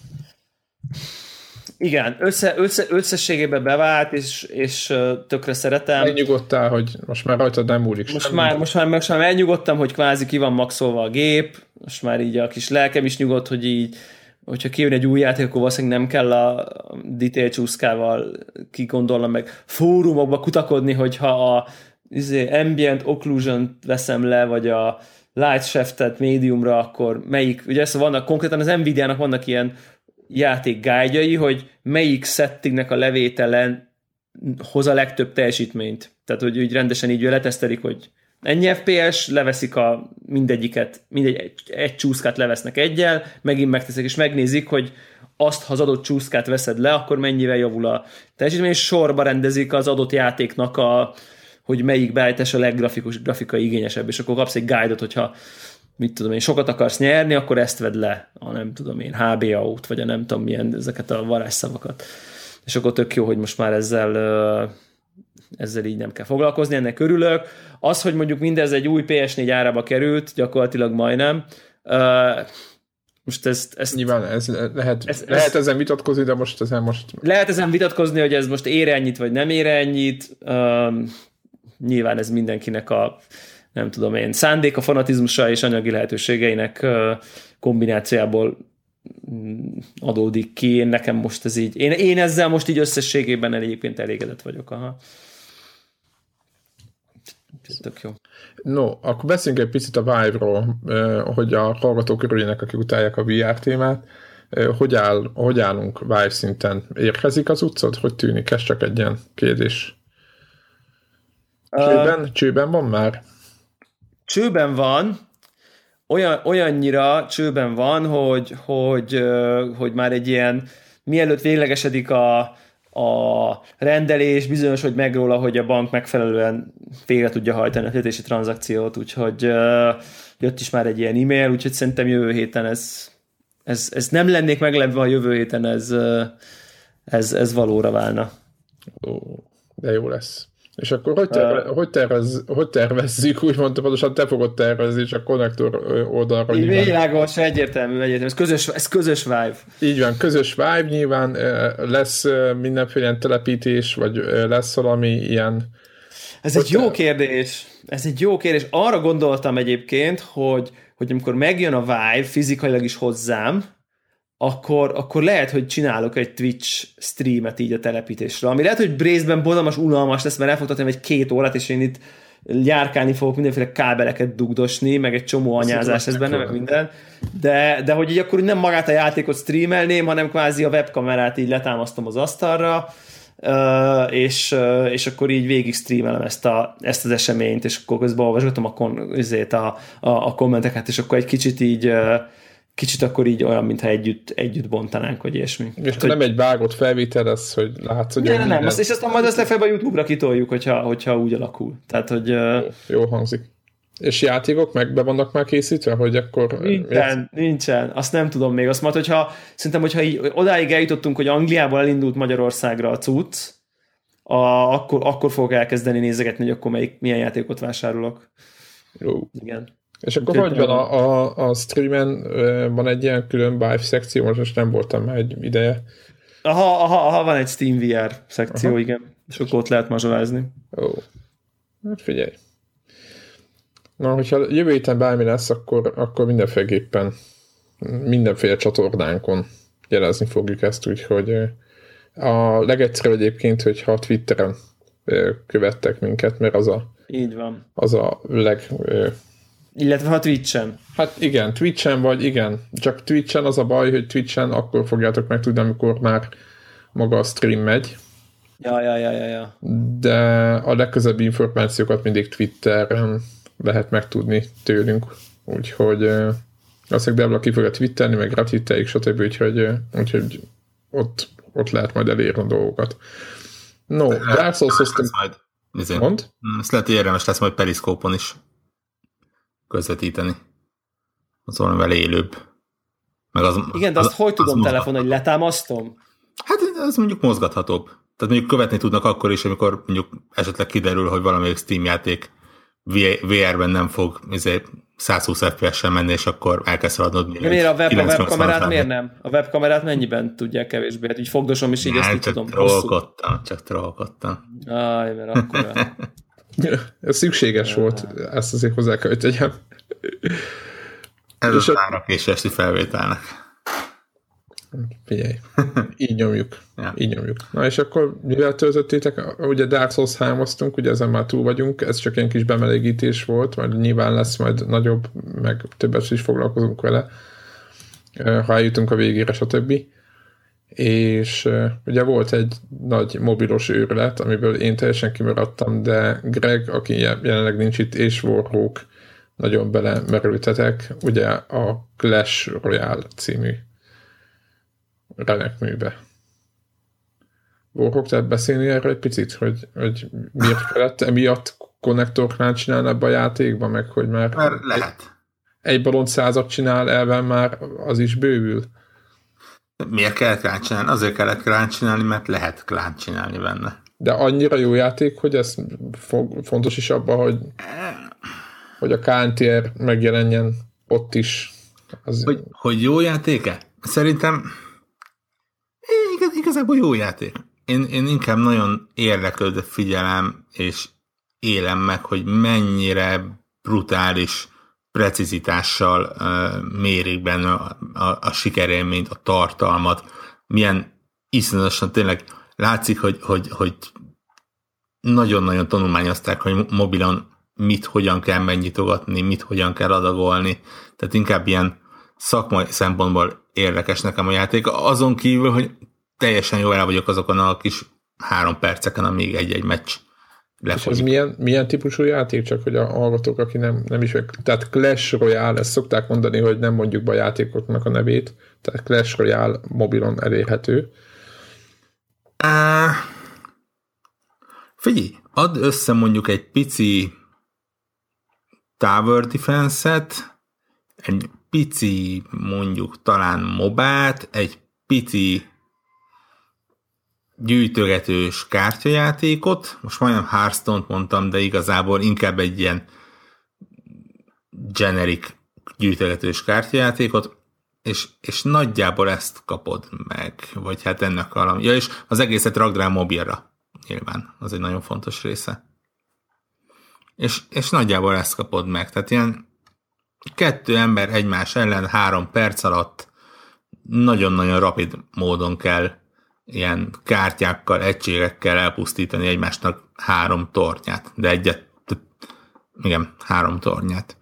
Igen, össze, össze, összességében bevált, és, és tökre szeretem. Elnyugodtál, hogy most már rajtad nem múlik most már, most, már, most már elnyugodtam, hogy kvázi ki van maxolva a gép, most már így a kis lelkem is nyugodt, hogy így, hogyha kijön egy új játék, akkor valószínűleg nem kell a detail csúszkával kigondolnom, meg fórumokba kutakodni, hogyha a izé, ambient occlusion veszem le, vagy a light shaftet médiumra, akkor melyik, ugye ez vannak, konkrétan az Nvidia-nak vannak ilyen játék guide-jai, hogy melyik settingnek a levételen hoz a legtöbb teljesítményt. Tehát, hogy úgy rendesen így letesztelik, hogy ennyi ef pé es, leveszik a mindegyiket, mindegy, egy, egy csúszkát levesznek egyel, megint megteszik, és megnézik, hogy azt, ha az adott csúszkát veszed le, akkor mennyivel javul a teljesítmény, és sorba rendezik az adott játéknak a hogy melyik beállítás a leggrafikus, grafikai igényesebb, és akkor kapsz egy guide-ot, hogyha mit tudom én, sokat akarsz nyerni, akkor ezt vedd le, a nem tudom én, há bé á-t, vagy a nem tudom milyen, ezeket a varázsszavakat. És akkor tök jó, hogy most már ezzel, ezzel így nem kell foglalkozni, ennek örülök. Az, hogy mondjuk mindez egy új pé es négy árába került, gyakorlatilag majdnem, most ezt... ezt nyilván ez lehet, ez, lehet ez, ezen vitatkozni, de most ezen most... Lehet ezen vitatkozni, hogy ez most ér ennyit, vagy nem ér ennyit. Um, nyilván ez mindenkinek a, nem tudom én, szándéka, fanatizmusa és anyagi lehetőségeinek uh, kombinációjából adódik ki. Én nekem most ez így... Én, én ezzel most így összességében egyébként elégedett vagyok. Aha. Tök jó. No, akkor beszéljünk egy picit a Vive-ról, hogy a hallgatók örüljenek, akik utálják a vé er témát. Hogy, áll, hogy állunk Vive szinten? Érkezik az utcod? Hogy tűnik? Ez csak egy ilyen kérdés. Csőben? Uh, csőben van már? Csőben van. Olyan, olyannyira csőben van, hogy, hogy, hogy már egy ilyen, mielőtt véglegesedik a, a rendelés, bizonyos, hogy meg róla, hogy a bank megfelelően végre tudja hajtani a fizetési tranzakciót, úgyhogy jött is már egy ilyen e-mail, úgyhogy szerintem jövő héten ez, ez, ez nem lennék meglepve, ha jövő héten ez, ez, ez valóra válna. Ó, de jó lesz. És akkor hogy, terve, uh, hogy, tervez, hogy tervezzük, úgy mondtam, pontosan te fogod tervezni, és a konnektor oldalra. Világos, egyértelmű, egyértelmű. Ez közös, ez közös Vive. Így van, közös Vive, nyilván lesz mindenféle telepítés, vagy lesz valami ilyen... Ez egy jó kérdés. Ez egy jó kérdés. Arra gondoltam egyébként, hogy, hogy amikor megjön a Vive fizikailag is hozzám, akkor, akkor lehet, hogy csinálok egy Twitch streamet így a telepítésre, ami lehet, hogy Brace-ben borzalmas, unalmas lesz, mert el fog tartani egy két órát, és én itt járkálni fogok, mindenféle kábeleket dugdosni, meg egy csomó anyázás ez benne, meg minden, de, de hogy így akkor nem magát a játékot streamelném, hanem kvázi a webkamerát így letámasztom az asztalra, és, és akkor így végig streamelem ezt, a, ezt az eseményt, és akkor közben olvasgatom a, kon, a, a, a kommenteket, és akkor egy kicsit így kicsit akkor így olyan, mintha együtt, együtt bontanánk, vagy ilyesmi. És hát, nem hogy... egy vágott felvétel, az, hogy látsz, hogy... Nem, nem, nem. Azt, és aztán majd azt legfeljebb a YouTube-ra kitoljuk, hogyha, hogyha úgy alakul. Tehát, hogy... Jó, jó hangzik. És játékok meg be vannak már készítve, hogy akkor... Nincsen, nincsen. Azt nem tudom még. Azt majd, hogyha szerintem, hogyha így odáig eljutottunk, hogy Angliából elindult Magyarországra a cucc, a, akkor, akkor fogok elkezdeni nézegetni, hogy akkor melyik, milyen játékot vásárolok. Jó. Igen. És akkor hogy van a, a, a streamen, van egy ilyen külön Vive szekció, most nem voltam már egy ideje. Aha, aha, aha, van egy Steam vé er szekció, aha. Igen. És akkor ott lehet mazsolázni. Ó. Hát figyelj. Na, hogyha jövő héten bármi lesz, akkor, akkor mindenféleképpen mindenféle csatornánkon jelezni fogjuk ezt, úgyhogy a legegyszerűbb egyébként, hogyha Twitteren követtek minket, mert az a, így van. Az a leg... Illetve ha Twitchen. Hát igen, Twitchen vagy igen. Csak Twitchen az a baj, hogy Twitchen akkor fogjátok megtudni, amikor már maga a stream megy. Ja, ja, ja, ja, ja. De a legközelebbi információkat mindig Twitteren lehet megtudni tőlünk. Úgyhogy azt Debla ki fogja twitterni, meg retweeteljük, stb. Úgyhogy, úgyhogy ott, ott lehet majd elérni a dolgokat. No, Dark Souls-oztam... Mond? Ezt lehet, hogy érdemes lesz majd Periszkópon is közvetíteni. Az valamivel élőbb. Meg az, igen, de azt az, hogy tudom az telefonon, hogy letámasztom? Hát ez mondjuk mozgathatóbb. Tehát mondjuk követni tudnak akkor is, amikor mondjuk esetleg kiderül, hogy valamelyik Steam játék vé er-ben nem fog száz húsz ef pé es-sel menni, és akkor elkezd szaladnod. De miért a, web, a webkamerát miért nem? A webkamerát mennyiben tudják kevésbé? Hát így fogdosom is így, ezt így tudom. Trollkodtam, csak trollkodtam. Aj, mert akkor... Ez szükséges volt, ezt azért hozzá kell, hogy tegyem. Ez és a árakésesti felvételnek. Figyelj, így nyomjuk. Ja. Így nyomjuk. Na és akkor mivel töltöttétek? Ugye Dark Souls hármaztunk, ugye ezen már túl vagyunk, ez csak ilyen kis bemelegítés volt, majd nyilván lesz majd nagyobb, meg többet is foglalkozunk vele, ha eljutunk a végére, stb. És ugye volt egy nagy mobilos őrület, amiből én teljesen kimaradtam, de Greg, aki jelenleg nincs itt, és Warhawk nagyon belemerültetek, ugye a Clash Royale című remek műbe. Warhawk, tehát beszélni erről egy picit, hogy, hogy miért kellett emiatt konnektornál csinálni ebbe a játékba, meg hogy már Mert lehet. Egy, egy balont százat csinál, elven már az is bővül. Miért kellett klánt csinálni? Azért kellett klánt csinálni, mert lehet klánt csinálni benne. De annyira jó játék, hogy ez fontos is abban, hogy, hogy a ká en té er megjelenjen ott is. Az... Hogy, hogy jó játék-e? Szerintem igaz, igazából jó játék. Én, én inkább nagyon érdeklődve figyelem, és élem meg, hogy mennyire brutális precizitással uh, mérik benne a, a, a sikerélményt, a tartalmat, milyen iszonyatosan tényleg látszik, hogy, hogy, hogy nagyon-nagyon tanulmányozták, hogy mobilon mit, hogyan kell megnyitogatni, mit, hogyan kell adagolni, tehát inkább ilyen szakmai szempontból érdekes nekem a játék, azon kívül, hogy teljesen jól el vagyok azokon a kis három perceken, amíg egy-egy meccs lefolyik. És ez milyen, milyen típusú játék, csak hogy a hallgatók, aki nem, nem is, tehát Clash Royale, ezt szokták mondani, hogy nem mondjuk be a játékoknak a nevét, tehát Clash Royale mobilon elérhető. Uh, figyelj, add össze mondjuk egy pici Tower Defense-et, egy pici mondjuk talán mobát, egy pici gyűjtögetős kártyajátékot, most majdnem Hearthstone-t mondtam, de igazából inkább egy ilyen generic gyűjtögetős kártyajátékot, és, és nagyjából ezt kapod meg, vagy hát ennek valami. Ja, és az egészet rakd rá mobilra, nyilván, az egy nagyon fontos része. És, és nagyjából ezt kapod meg, tehát ilyen kettő ember egymás ellen három perc alatt nagyon-nagyon rapid módon kell ilyen kártyákkal, egységekkel elpusztítani egymásnak három tornyát, de egyet, igen, három tornyát.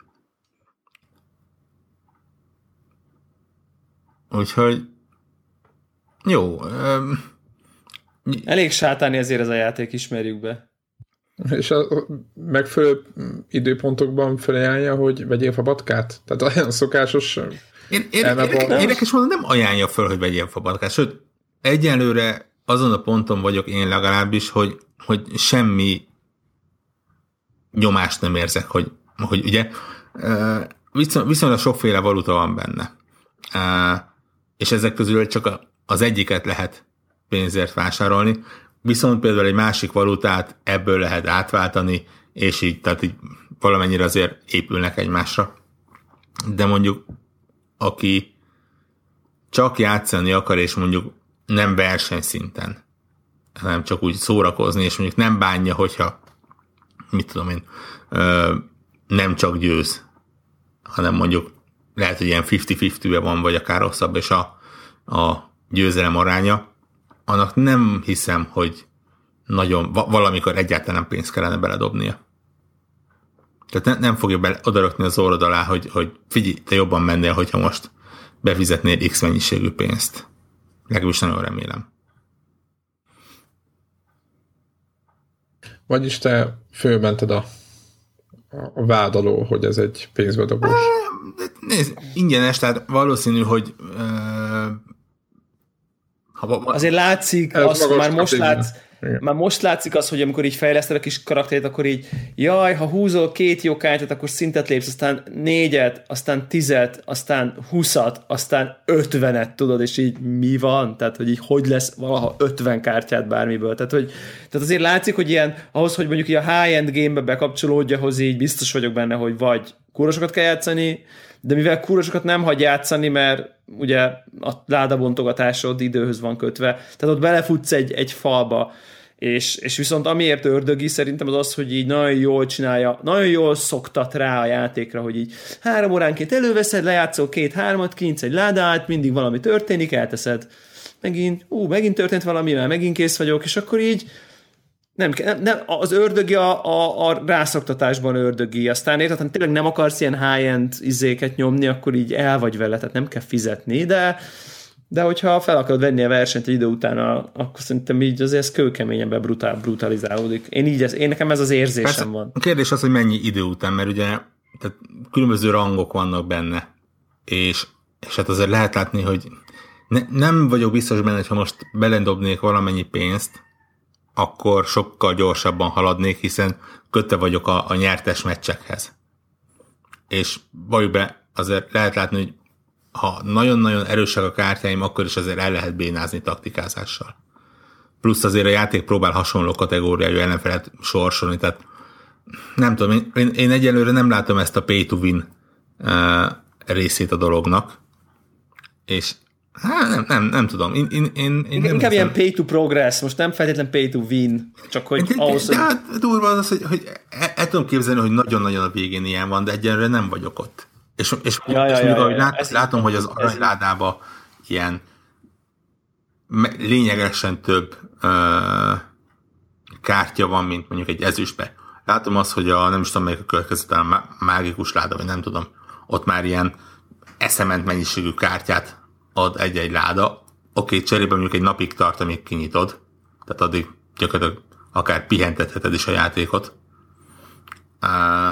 Úgyhogy jó. Um, Elég sátáni ezért ez a játék, ismerjük be. És a megfelelő időpontokban felajánlja, hogy vegyél fabatkát? Tehát olyan szokásos... Én, én, érdekes mondom, nem ajánlja föl, hogy vegyél fabatkát, sőt, egyelőre azon a ponton vagyok én legalábbis, hogy, hogy semmi nyomást nem érzek, hogy hogy ugye viszonylag sokféle valuta van benne. És ezek közül csak az egyiket lehet pénzért vásárolni, viszont például egy másik valutát ebből lehet átváltani, és így, tehát így valamennyire azért épülnek egymásra. De mondjuk, aki csak játszani akar, és mondjuk nem versenyszinten, hanem csak úgy szórakozni, és mondjuk nem bánja, hogyha mit tudom én, nem csak győz, hanem mondjuk lehet, hogy ilyen fifty-fifty-be van, vagy akár rosszabb, és a, a győzelem aránya, annak nem hiszem, hogy nagyon, valamikor egyáltalán nem pénzt kellene beledobnia. Tehát ne, nem fogja bele, odarökni az orrod alá, hogy, hogy figyelj, te jobban mennél, hogyha most befizetnél X mennyiségű pénzt. Legalábbis nagyon remélem. Vagyis te fölmented a, a vád alól, hogy ez egy pénzbedobós. Nézd, ingyenes, tehát valószínű, hogy uh, ha, azért látszik, azt már most látsz, már most látszik az, hogy amikor így fejleszted a kis karaktert, akkor így jaj, ha húzol két jó kártyát, akkor szintet lépsz, aztán négyet, aztán tizet, aztán húszat, aztán ötvenet, tudod, és így mi van? Tehát, hogy így hogy lesz valaha ötven kártyát bármiből. Tehát, hogy, tehát azért látszik, hogy ilyen, ahhoz, hogy mondjuk így a high-end game-be bekapcsolódja, ahhoz így biztos vagyok benne, hogy vagy kúrosokat kell játszani, de mivel kúrosokat nem hagy játszani, mert ugye a ládabontogatásod időhöz van kötve, tehát ott belefutsz egy, egy falba, és, és viszont amiért ördögi szerintem az az, hogy így nagyon jól csinálja, nagyon jól szoktat rá a játékra, hogy így három óránként előveszed, lejátszol két-hármat, kinyitsz egy ládát, mindig valami történik, elteszed. Megint, ú, megint történt valami, mert megint kész vagyok, és akkor így Nem, nem, az ördögi a, a, a rászoktatásban ördögi, aztán érted, ha tényleg nem akarsz ilyen high-end izéket nyomni, akkor így el vagy vele, tehát nem kell fizetni, de, de hogyha fel akarod venni a versenyt egy idő után, akkor szerintem így azért ez kőkeményen brutál, brutalizálódik. Én így, ez, én nekem ez az érzésem Persze, van. A kérdés az, hogy mennyi idő után, mert ugye tehát különböző rangok vannak benne, és, és hát azért lehet látni, hogy ne, nem vagyok biztos benne, hogy ha most belendobnék valamennyi pénzt, akkor sokkal gyorsabban haladnék, hiszen kötte vagyok a, a nyertes meccsekhez. És valljuk be, azért lehet látni, hogy ha nagyon-nagyon erősek a kártyáim, akkor is azért el lehet bénázni taktikázással. Plusz azért a játék próbál hasonló kategóriájú ellenfelet sorsolni, tehát nem tudom, én, én, én egyelőre nem látom ezt a pay to win uh, részét a dolognak, és Hát nem, nem, nem tudom. Én, én, én, én Inkább nem ilyen pay to progress, most nem feltétlenül pay to win, csak hogy de, ahhoz, de, hogy... de hát durva az, hogy, hogy el, el tudom képzelni, hogy nagyon-nagyon a végén ilyen van, de egyenlőre nem vagyok ott. És, és, ja, és ja, még ja, ahogy ja, lát, ez látom, hogy az aranyládában ilyen lényegesen több uh, kártya van, mint mondjuk egy ezüstbe. Látom azt, hogy a, nem is tudom, melyik a következő, a mágikus láda, vagy nem tudom, ott már ilyen eszement mennyiségű kártyát ad egy-egy láda. Oké, cserében mondjuk egy napig tart, amíg kinyitod, tehát addig gyakorlatilag akár pihentetheted is a játékot. Uh,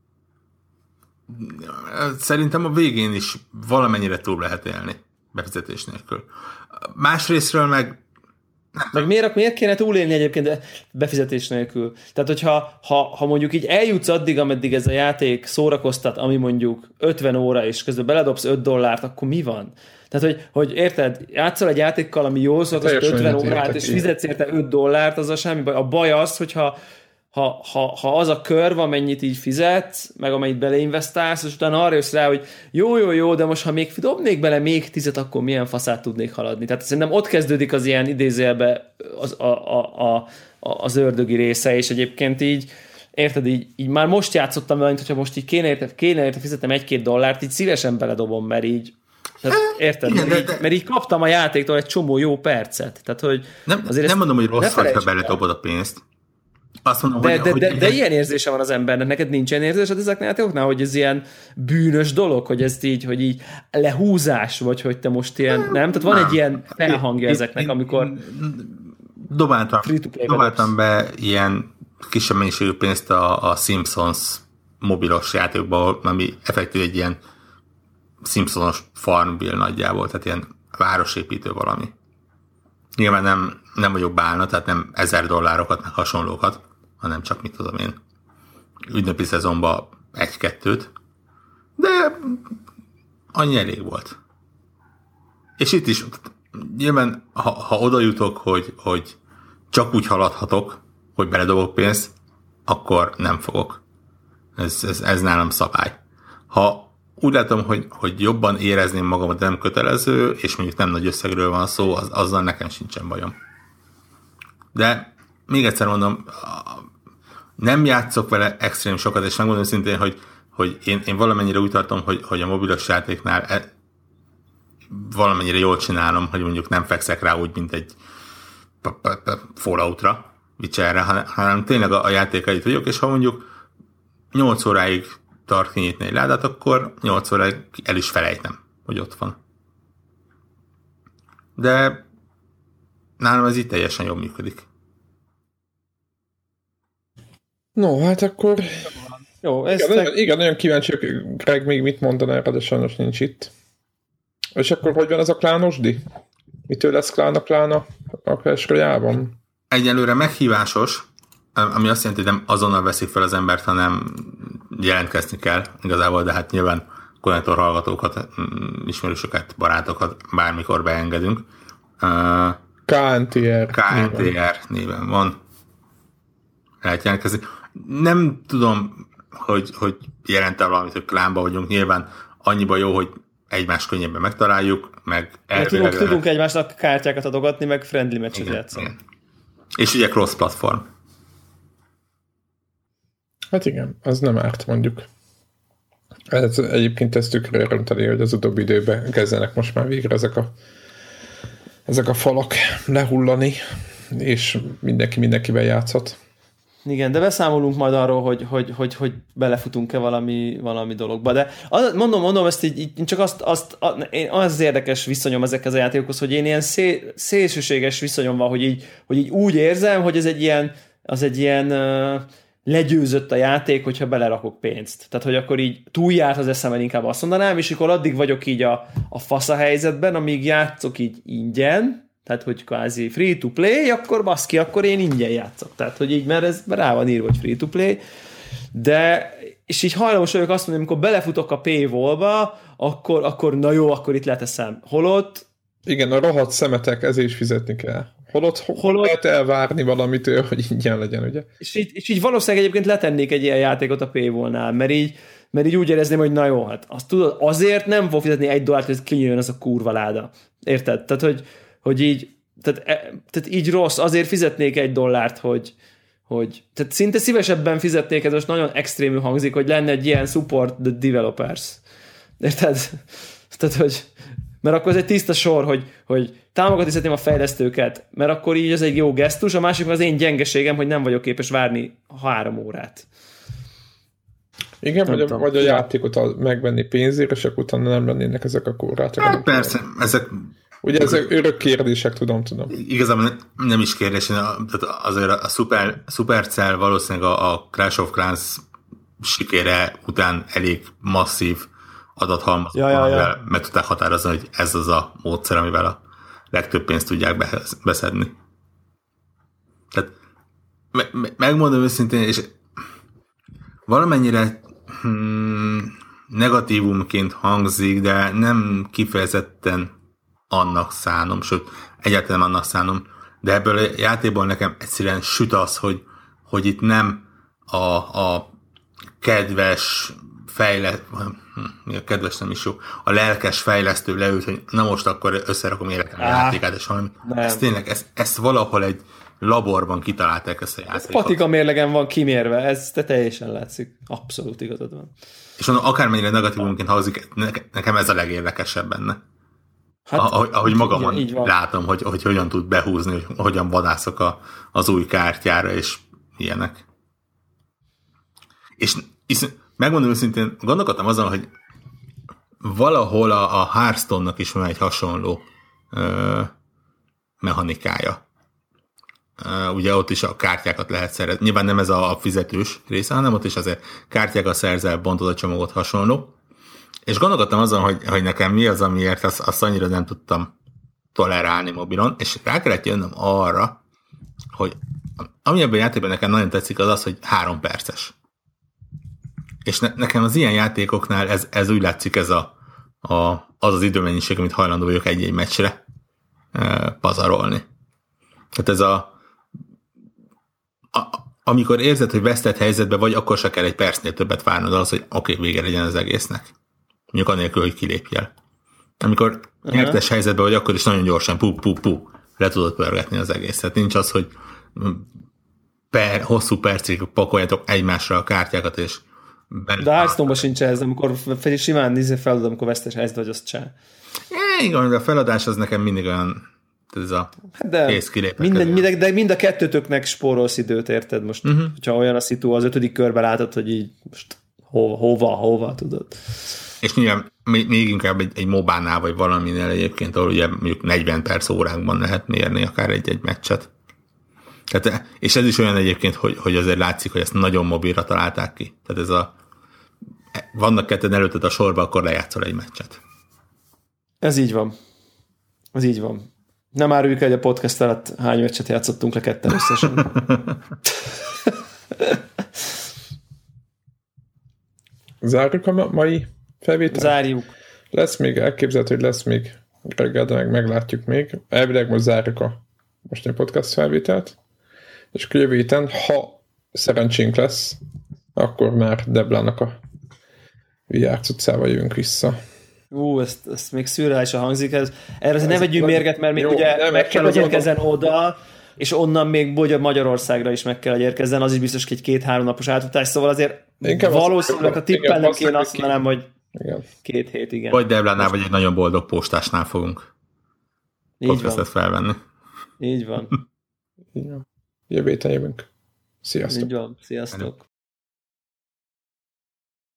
szerintem a végén is valamennyire túl lehet élni befizetés nélkül. Másrésztről meg Meg miért, miért kéne túlélni egyébként befizetés nélkül? Tehát, hogyha ha, ha mondjuk így eljutsz addig, ameddig ez a játék szórakoztat, ami mondjuk ötven óra, és közben beledobsz öt dollárt, akkor mi van? Tehát, hogy, hogy érted, játszol egy játékkal, ami jól szórakoztat ötven órát, és fizetsz érte öt dollárt, az a semmi baj. A baj az, hogyha ha, ha, ha az a körv, amennyit így fizetsz, meg amennyit beleinvestálsz, és utána arra jössz rá, hogy jó, jó, jó, de most ha még dobnék bele még tizet, akkor milyen faszát tudnék haladni. Tehát szerintem ott kezdődik az ilyen idézőjelbe az, a, a, a, az ördögi része, és egyébként így, érted, így, így már most játszottam vele, hogyha most így kéne érte, kéne érte fizetnem egy-két dollárt, így szívesen beledobom, mert így tehát, érted? Igen, mert, de, így, mert így kaptam a játéktól egy csomó jó percet. Tehát, hogy nem, nem mondom, hogy rossz, hogyha beledobod a pénzt. Azt mondom, de, hogy, de, hogy de, de ilyen érzése van az embernek, neked nincs ilyen érzésed ezeknél a játékoknál, hogy ez ilyen bűnös dolog, hogy ez így, hogy így lehúzás, vagy hogy te most ilyen, nem? Tehát van nem. egy ilyen felhangja én, ezeknek, én, amikor én dobáltam, dobáltam be ilyen kisebb mennyiségű pénzt a, a Simpsons mobilos játékban, ami effektív egy ilyen Simpsonos Farmville nagyjából, tehát ilyen városépítő valami. Nyilván nem, nem vagyok bálna, tehát nem ezer dollárokat, meg hasonlókat, hanem csak mit tudom én, ügynöpi szezonban egy-kettőt, de annyi elég volt. És itt is nyilván, ha, ha oda jutok, hogy, hogy csak úgy haladhatok, hogy beledobok pénzt, akkor nem fogok. Ez, ez, ez nálam szabály. Ha úgy látom, hogy, hogy jobban érezném magamat, nem kötelező, és mondjuk nem nagy összegről van szó, az, azzal nekem sincsen bajom. De még egyszer mondom, nem játszok vele extrém sokat, és megmondom szintén, hogy, hogy én, én valamennyire úgy tartom, hogy, hogy a mobilos játéknál e, valamennyire jól csinálom, hogy mondjuk nem fekszek rá úgy, mint egy Falloutra, Witcherre, hanem tényleg a, a játékait vagyok, és ha mondjuk nyolc óráig tart kinyitni egy ládát, akkor nyolc óráig el is felejtem, hogy ott van. De nálam ez így teljesen jól működik. No, hát akkor... Jó, ez igen, te... nagyon, igen, nagyon kíváncsi, Greg még mit mondaná erre, de sajnos nincs itt. És akkor hogy van ez a klánosdi? Mitől lesz klán a klána a Clash Royale-ban? Egyelőre meghívásos, ami azt jelenti, hogy nem azonnal veszik fel az embert, hanem jelentkezni kell igazából, de hát nyilván konnektor hallgatókat, ismerősöket, barátokat bármikor beengedünk. ká en té er. ká en té er néven van. Lehet jelentkezni. Nem tudom, hogy, hogy jelent-e valamit, hogy klánba vagyunk. Nyilván annyiban jó, hogy egymást könnyebben megtaláljuk, meg elvileg... Tudunk, tudunk egymásnak kártyákat adogatni, meg friendly meccset játszani. És ugye cross-platform. Hát igen, az nem árt, mondjuk. Ez, egyébként ez tükre örömteli, hogy az utóbbi időben kezdenek most már végre ezek a, ezek a falak lehullani, és mindenki mindenkivel játszhat. Igen, de beszámolunk majd arról, hogy, hogy, hogy, hogy belefutunk-e valami, valami dologba. De az, mondom, mondom ezt így, így csak azt, azt az, az érdekes viszonyom ezekhez a játékokhoz, hogy én ilyen szél, szélsőséges viszonyom van, hogy így, hogy így úgy érzem, hogy ez egy ilyen, az egy ilyen uh, legyőzött a játék, hogyha belerakok pénzt. Tehát, hogy akkor így túljárt az eszemben, inkább azt mondanám, és akkor addig vagyok így a, a fasza helyzetben, amíg játszok így ingyen, tehát, hogy kvázi free to play, akkor baszki, akkor én ingyen játszok. Tehát, hogy így, mert ez rá van írva, hogy free to play, de, és így hajlamos vagyok azt mondani, amikor belefutok a paywall-ba, akkor, akkor na jó, akkor itt leteszem. Holott... Igen, a rohadt szemetek, ezért is fizetni kell. Holott, holott lehet elvárni valamitől, hogy ingyen legyen, ugye? És így, és így valószínűleg egyébként letennék egy ilyen játékot a paywall-nál, mert így, mert így úgy érezném, hogy na jó, hát azt tudod, azért nem fog fizetni egy dollárt, hogy ez kinyíljon az a kurva láda. Érted? Tehát, hogy hogy így, tehát, tehát így rossz, azért fizetnék egy dollárt, hogy, hogy tehát szinte szívesebben fizetnék, ez most nagyon extrémül hangzik, hogy lenne egy ilyen support the developers. Érted? Tehát, hogy, mert akkor ez egy tiszta sor, hogy, hogy támogatni szeretném a fejlesztőket, mert akkor így ez egy jó gesztus, a másik az én gyengeségem, hogy nem vagyok képes várni három órát. Igen, vagy a, vagy a játékot megvenni pénzért, és akkor utána nem lennének ezek a korlátok. Hát persze, ezek ugye ezek örök kérdések, tudom, tudom. Igazából nem is kérdés, tehát azért a Super, Supercell valószínűleg a, a Clash of Clans sikere után elég masszív adathalmaz, ja, ja, ja. meg tudták határozni, hogy ez az a módszer, amivel a legtöbb pénzt tudják beszedni. Tehát me- me- megmondom őszintén, és valamennyire hmm, negatívumként hangzik, de nem kifejezetten annak szánom, sőt, egyáltalán annak szánom, de ebből a játékból nekem egyszerűen süt az, hogy, hogy itt nem a, a kedves fejlesztő, mi a kedves nem is jó, a lelkes fejlesztő leült, hogy na most akkor összerakom életem a játékát, és valami. Ez tényleg, ezt, ezt valahol egy laborban kitalálták ezt a játékot. Ez patika mérlegen van kimérve, ez te teljesen látszik. Abszolút igazad van. És mondom, akármennyire negatívunként hangzik, nekem ez a legérdekesebb benne. Hát, ahogy, ahogy magamon így, így látom, hogy, hogy hogyan tud behúzni, hogy hogyan vadászok a, az új kártyára, és ilyenek. És, és megmondom őszintén, gondolkodtam azon, hogy valahol a, a Hearthstone-nak is van egy hasonló ö, mechanikája. Ö, ugye ott is a kártyákat lehet szerezni. Nyilván nem ez a, a fizetős része, hanem ott is azért kártyákat szerzel, bontod a csomagot, hasonló. És gondolkodtam azon, hogy, hogy nekem mi az, amiért azt, azt annyira nem tudtam tolerálni mobilon, és rá kellett jönnöm arra, hogy ami ebben a játékban nekem nagyon tetszik, az az, hogy három perces. És ne, nekem az ilyen játékoknál ez, ez úgy látszik, ez a, a, az az időmennyiség, amit hajlandó vagyok egy-egy meccsre e, pazarolni. Tehát ez a, a amikor érzed, hogy vesztett helyzetben vagy, akkor se kell egy percnél többet várnod az, hogy oké, okay, vége legyen az egésznek. Mondjuk anélkül, hogy kilépjél. Amikor uh-huh. nyertes helyzetben vagy, akkor is nagyon gyorsan pu, pu, pu, le tudod pörgetni az egészet. Nincs az, hogy per, hosszú percig pakoljátok egymásra a kártyákat, és de Hearthstone-ban sincs ez, amikor simán nézni feladod, amikor vesztes helyzet vagy, azt se. É, igen, a feladás az nekem mindig olyan ez a de kész kilépek. Minden, minden, de mind a kettőtöknek spórolsz időt, érted? Most, uh-huh. hogyha olyan a szitu, az ötödik körben látod, hogy így most hova, hova, hova tudod. És nyilván még inkább egy, egy mobánál, vagy valaminél egyébként, ahol ugye mondjuk negyven perc órákban lehet mérni akár egy-egy meccset. Tehát, és ez is olyan egyébként, hogy, hogy azért látszik, hogy ezt nagyon mobilra találták ki. Tehát ez a vannak ketten előtted a sorba, akkor lejátszol egy meccset. Ez így van. Ez így van. Nem áruljuk el, hogy a podcast alatt hány meccset játszottunk le ketten összesen. Zárjuk a mai felvételt? Zárjuk. Lesz még, elképzelhető, hogy lesz még reggel, de meg meglátjuk még. Elvileg most zárjuk a mostani podcast felvételt, és jövő héten, ha szerencsénk lesz, akkor már Deblának a vé er cuccával jövünk vissza. Ú, ezt, ezt még szürreálisan hangzik. Ez, erre ez ne vegyünk mérget, mert még jó, ugye nem, meg kell, hogy érkezzen oda, és onnan még Magyarországra is meg kell, hogy érkezzen, az is biztos, hogy egy két-három napos átutás, szóval azért inkább valószínűleg a tippelnem kéne azt mondanám, hogy igen. Két hét, igen. Vagy Deblánál, vagy egy nagyon boldog postásnál fogunk podcastet felvenni. Így van. Így van. Jövő héten jövünk. Sziasztok. Így van. Sziasztok.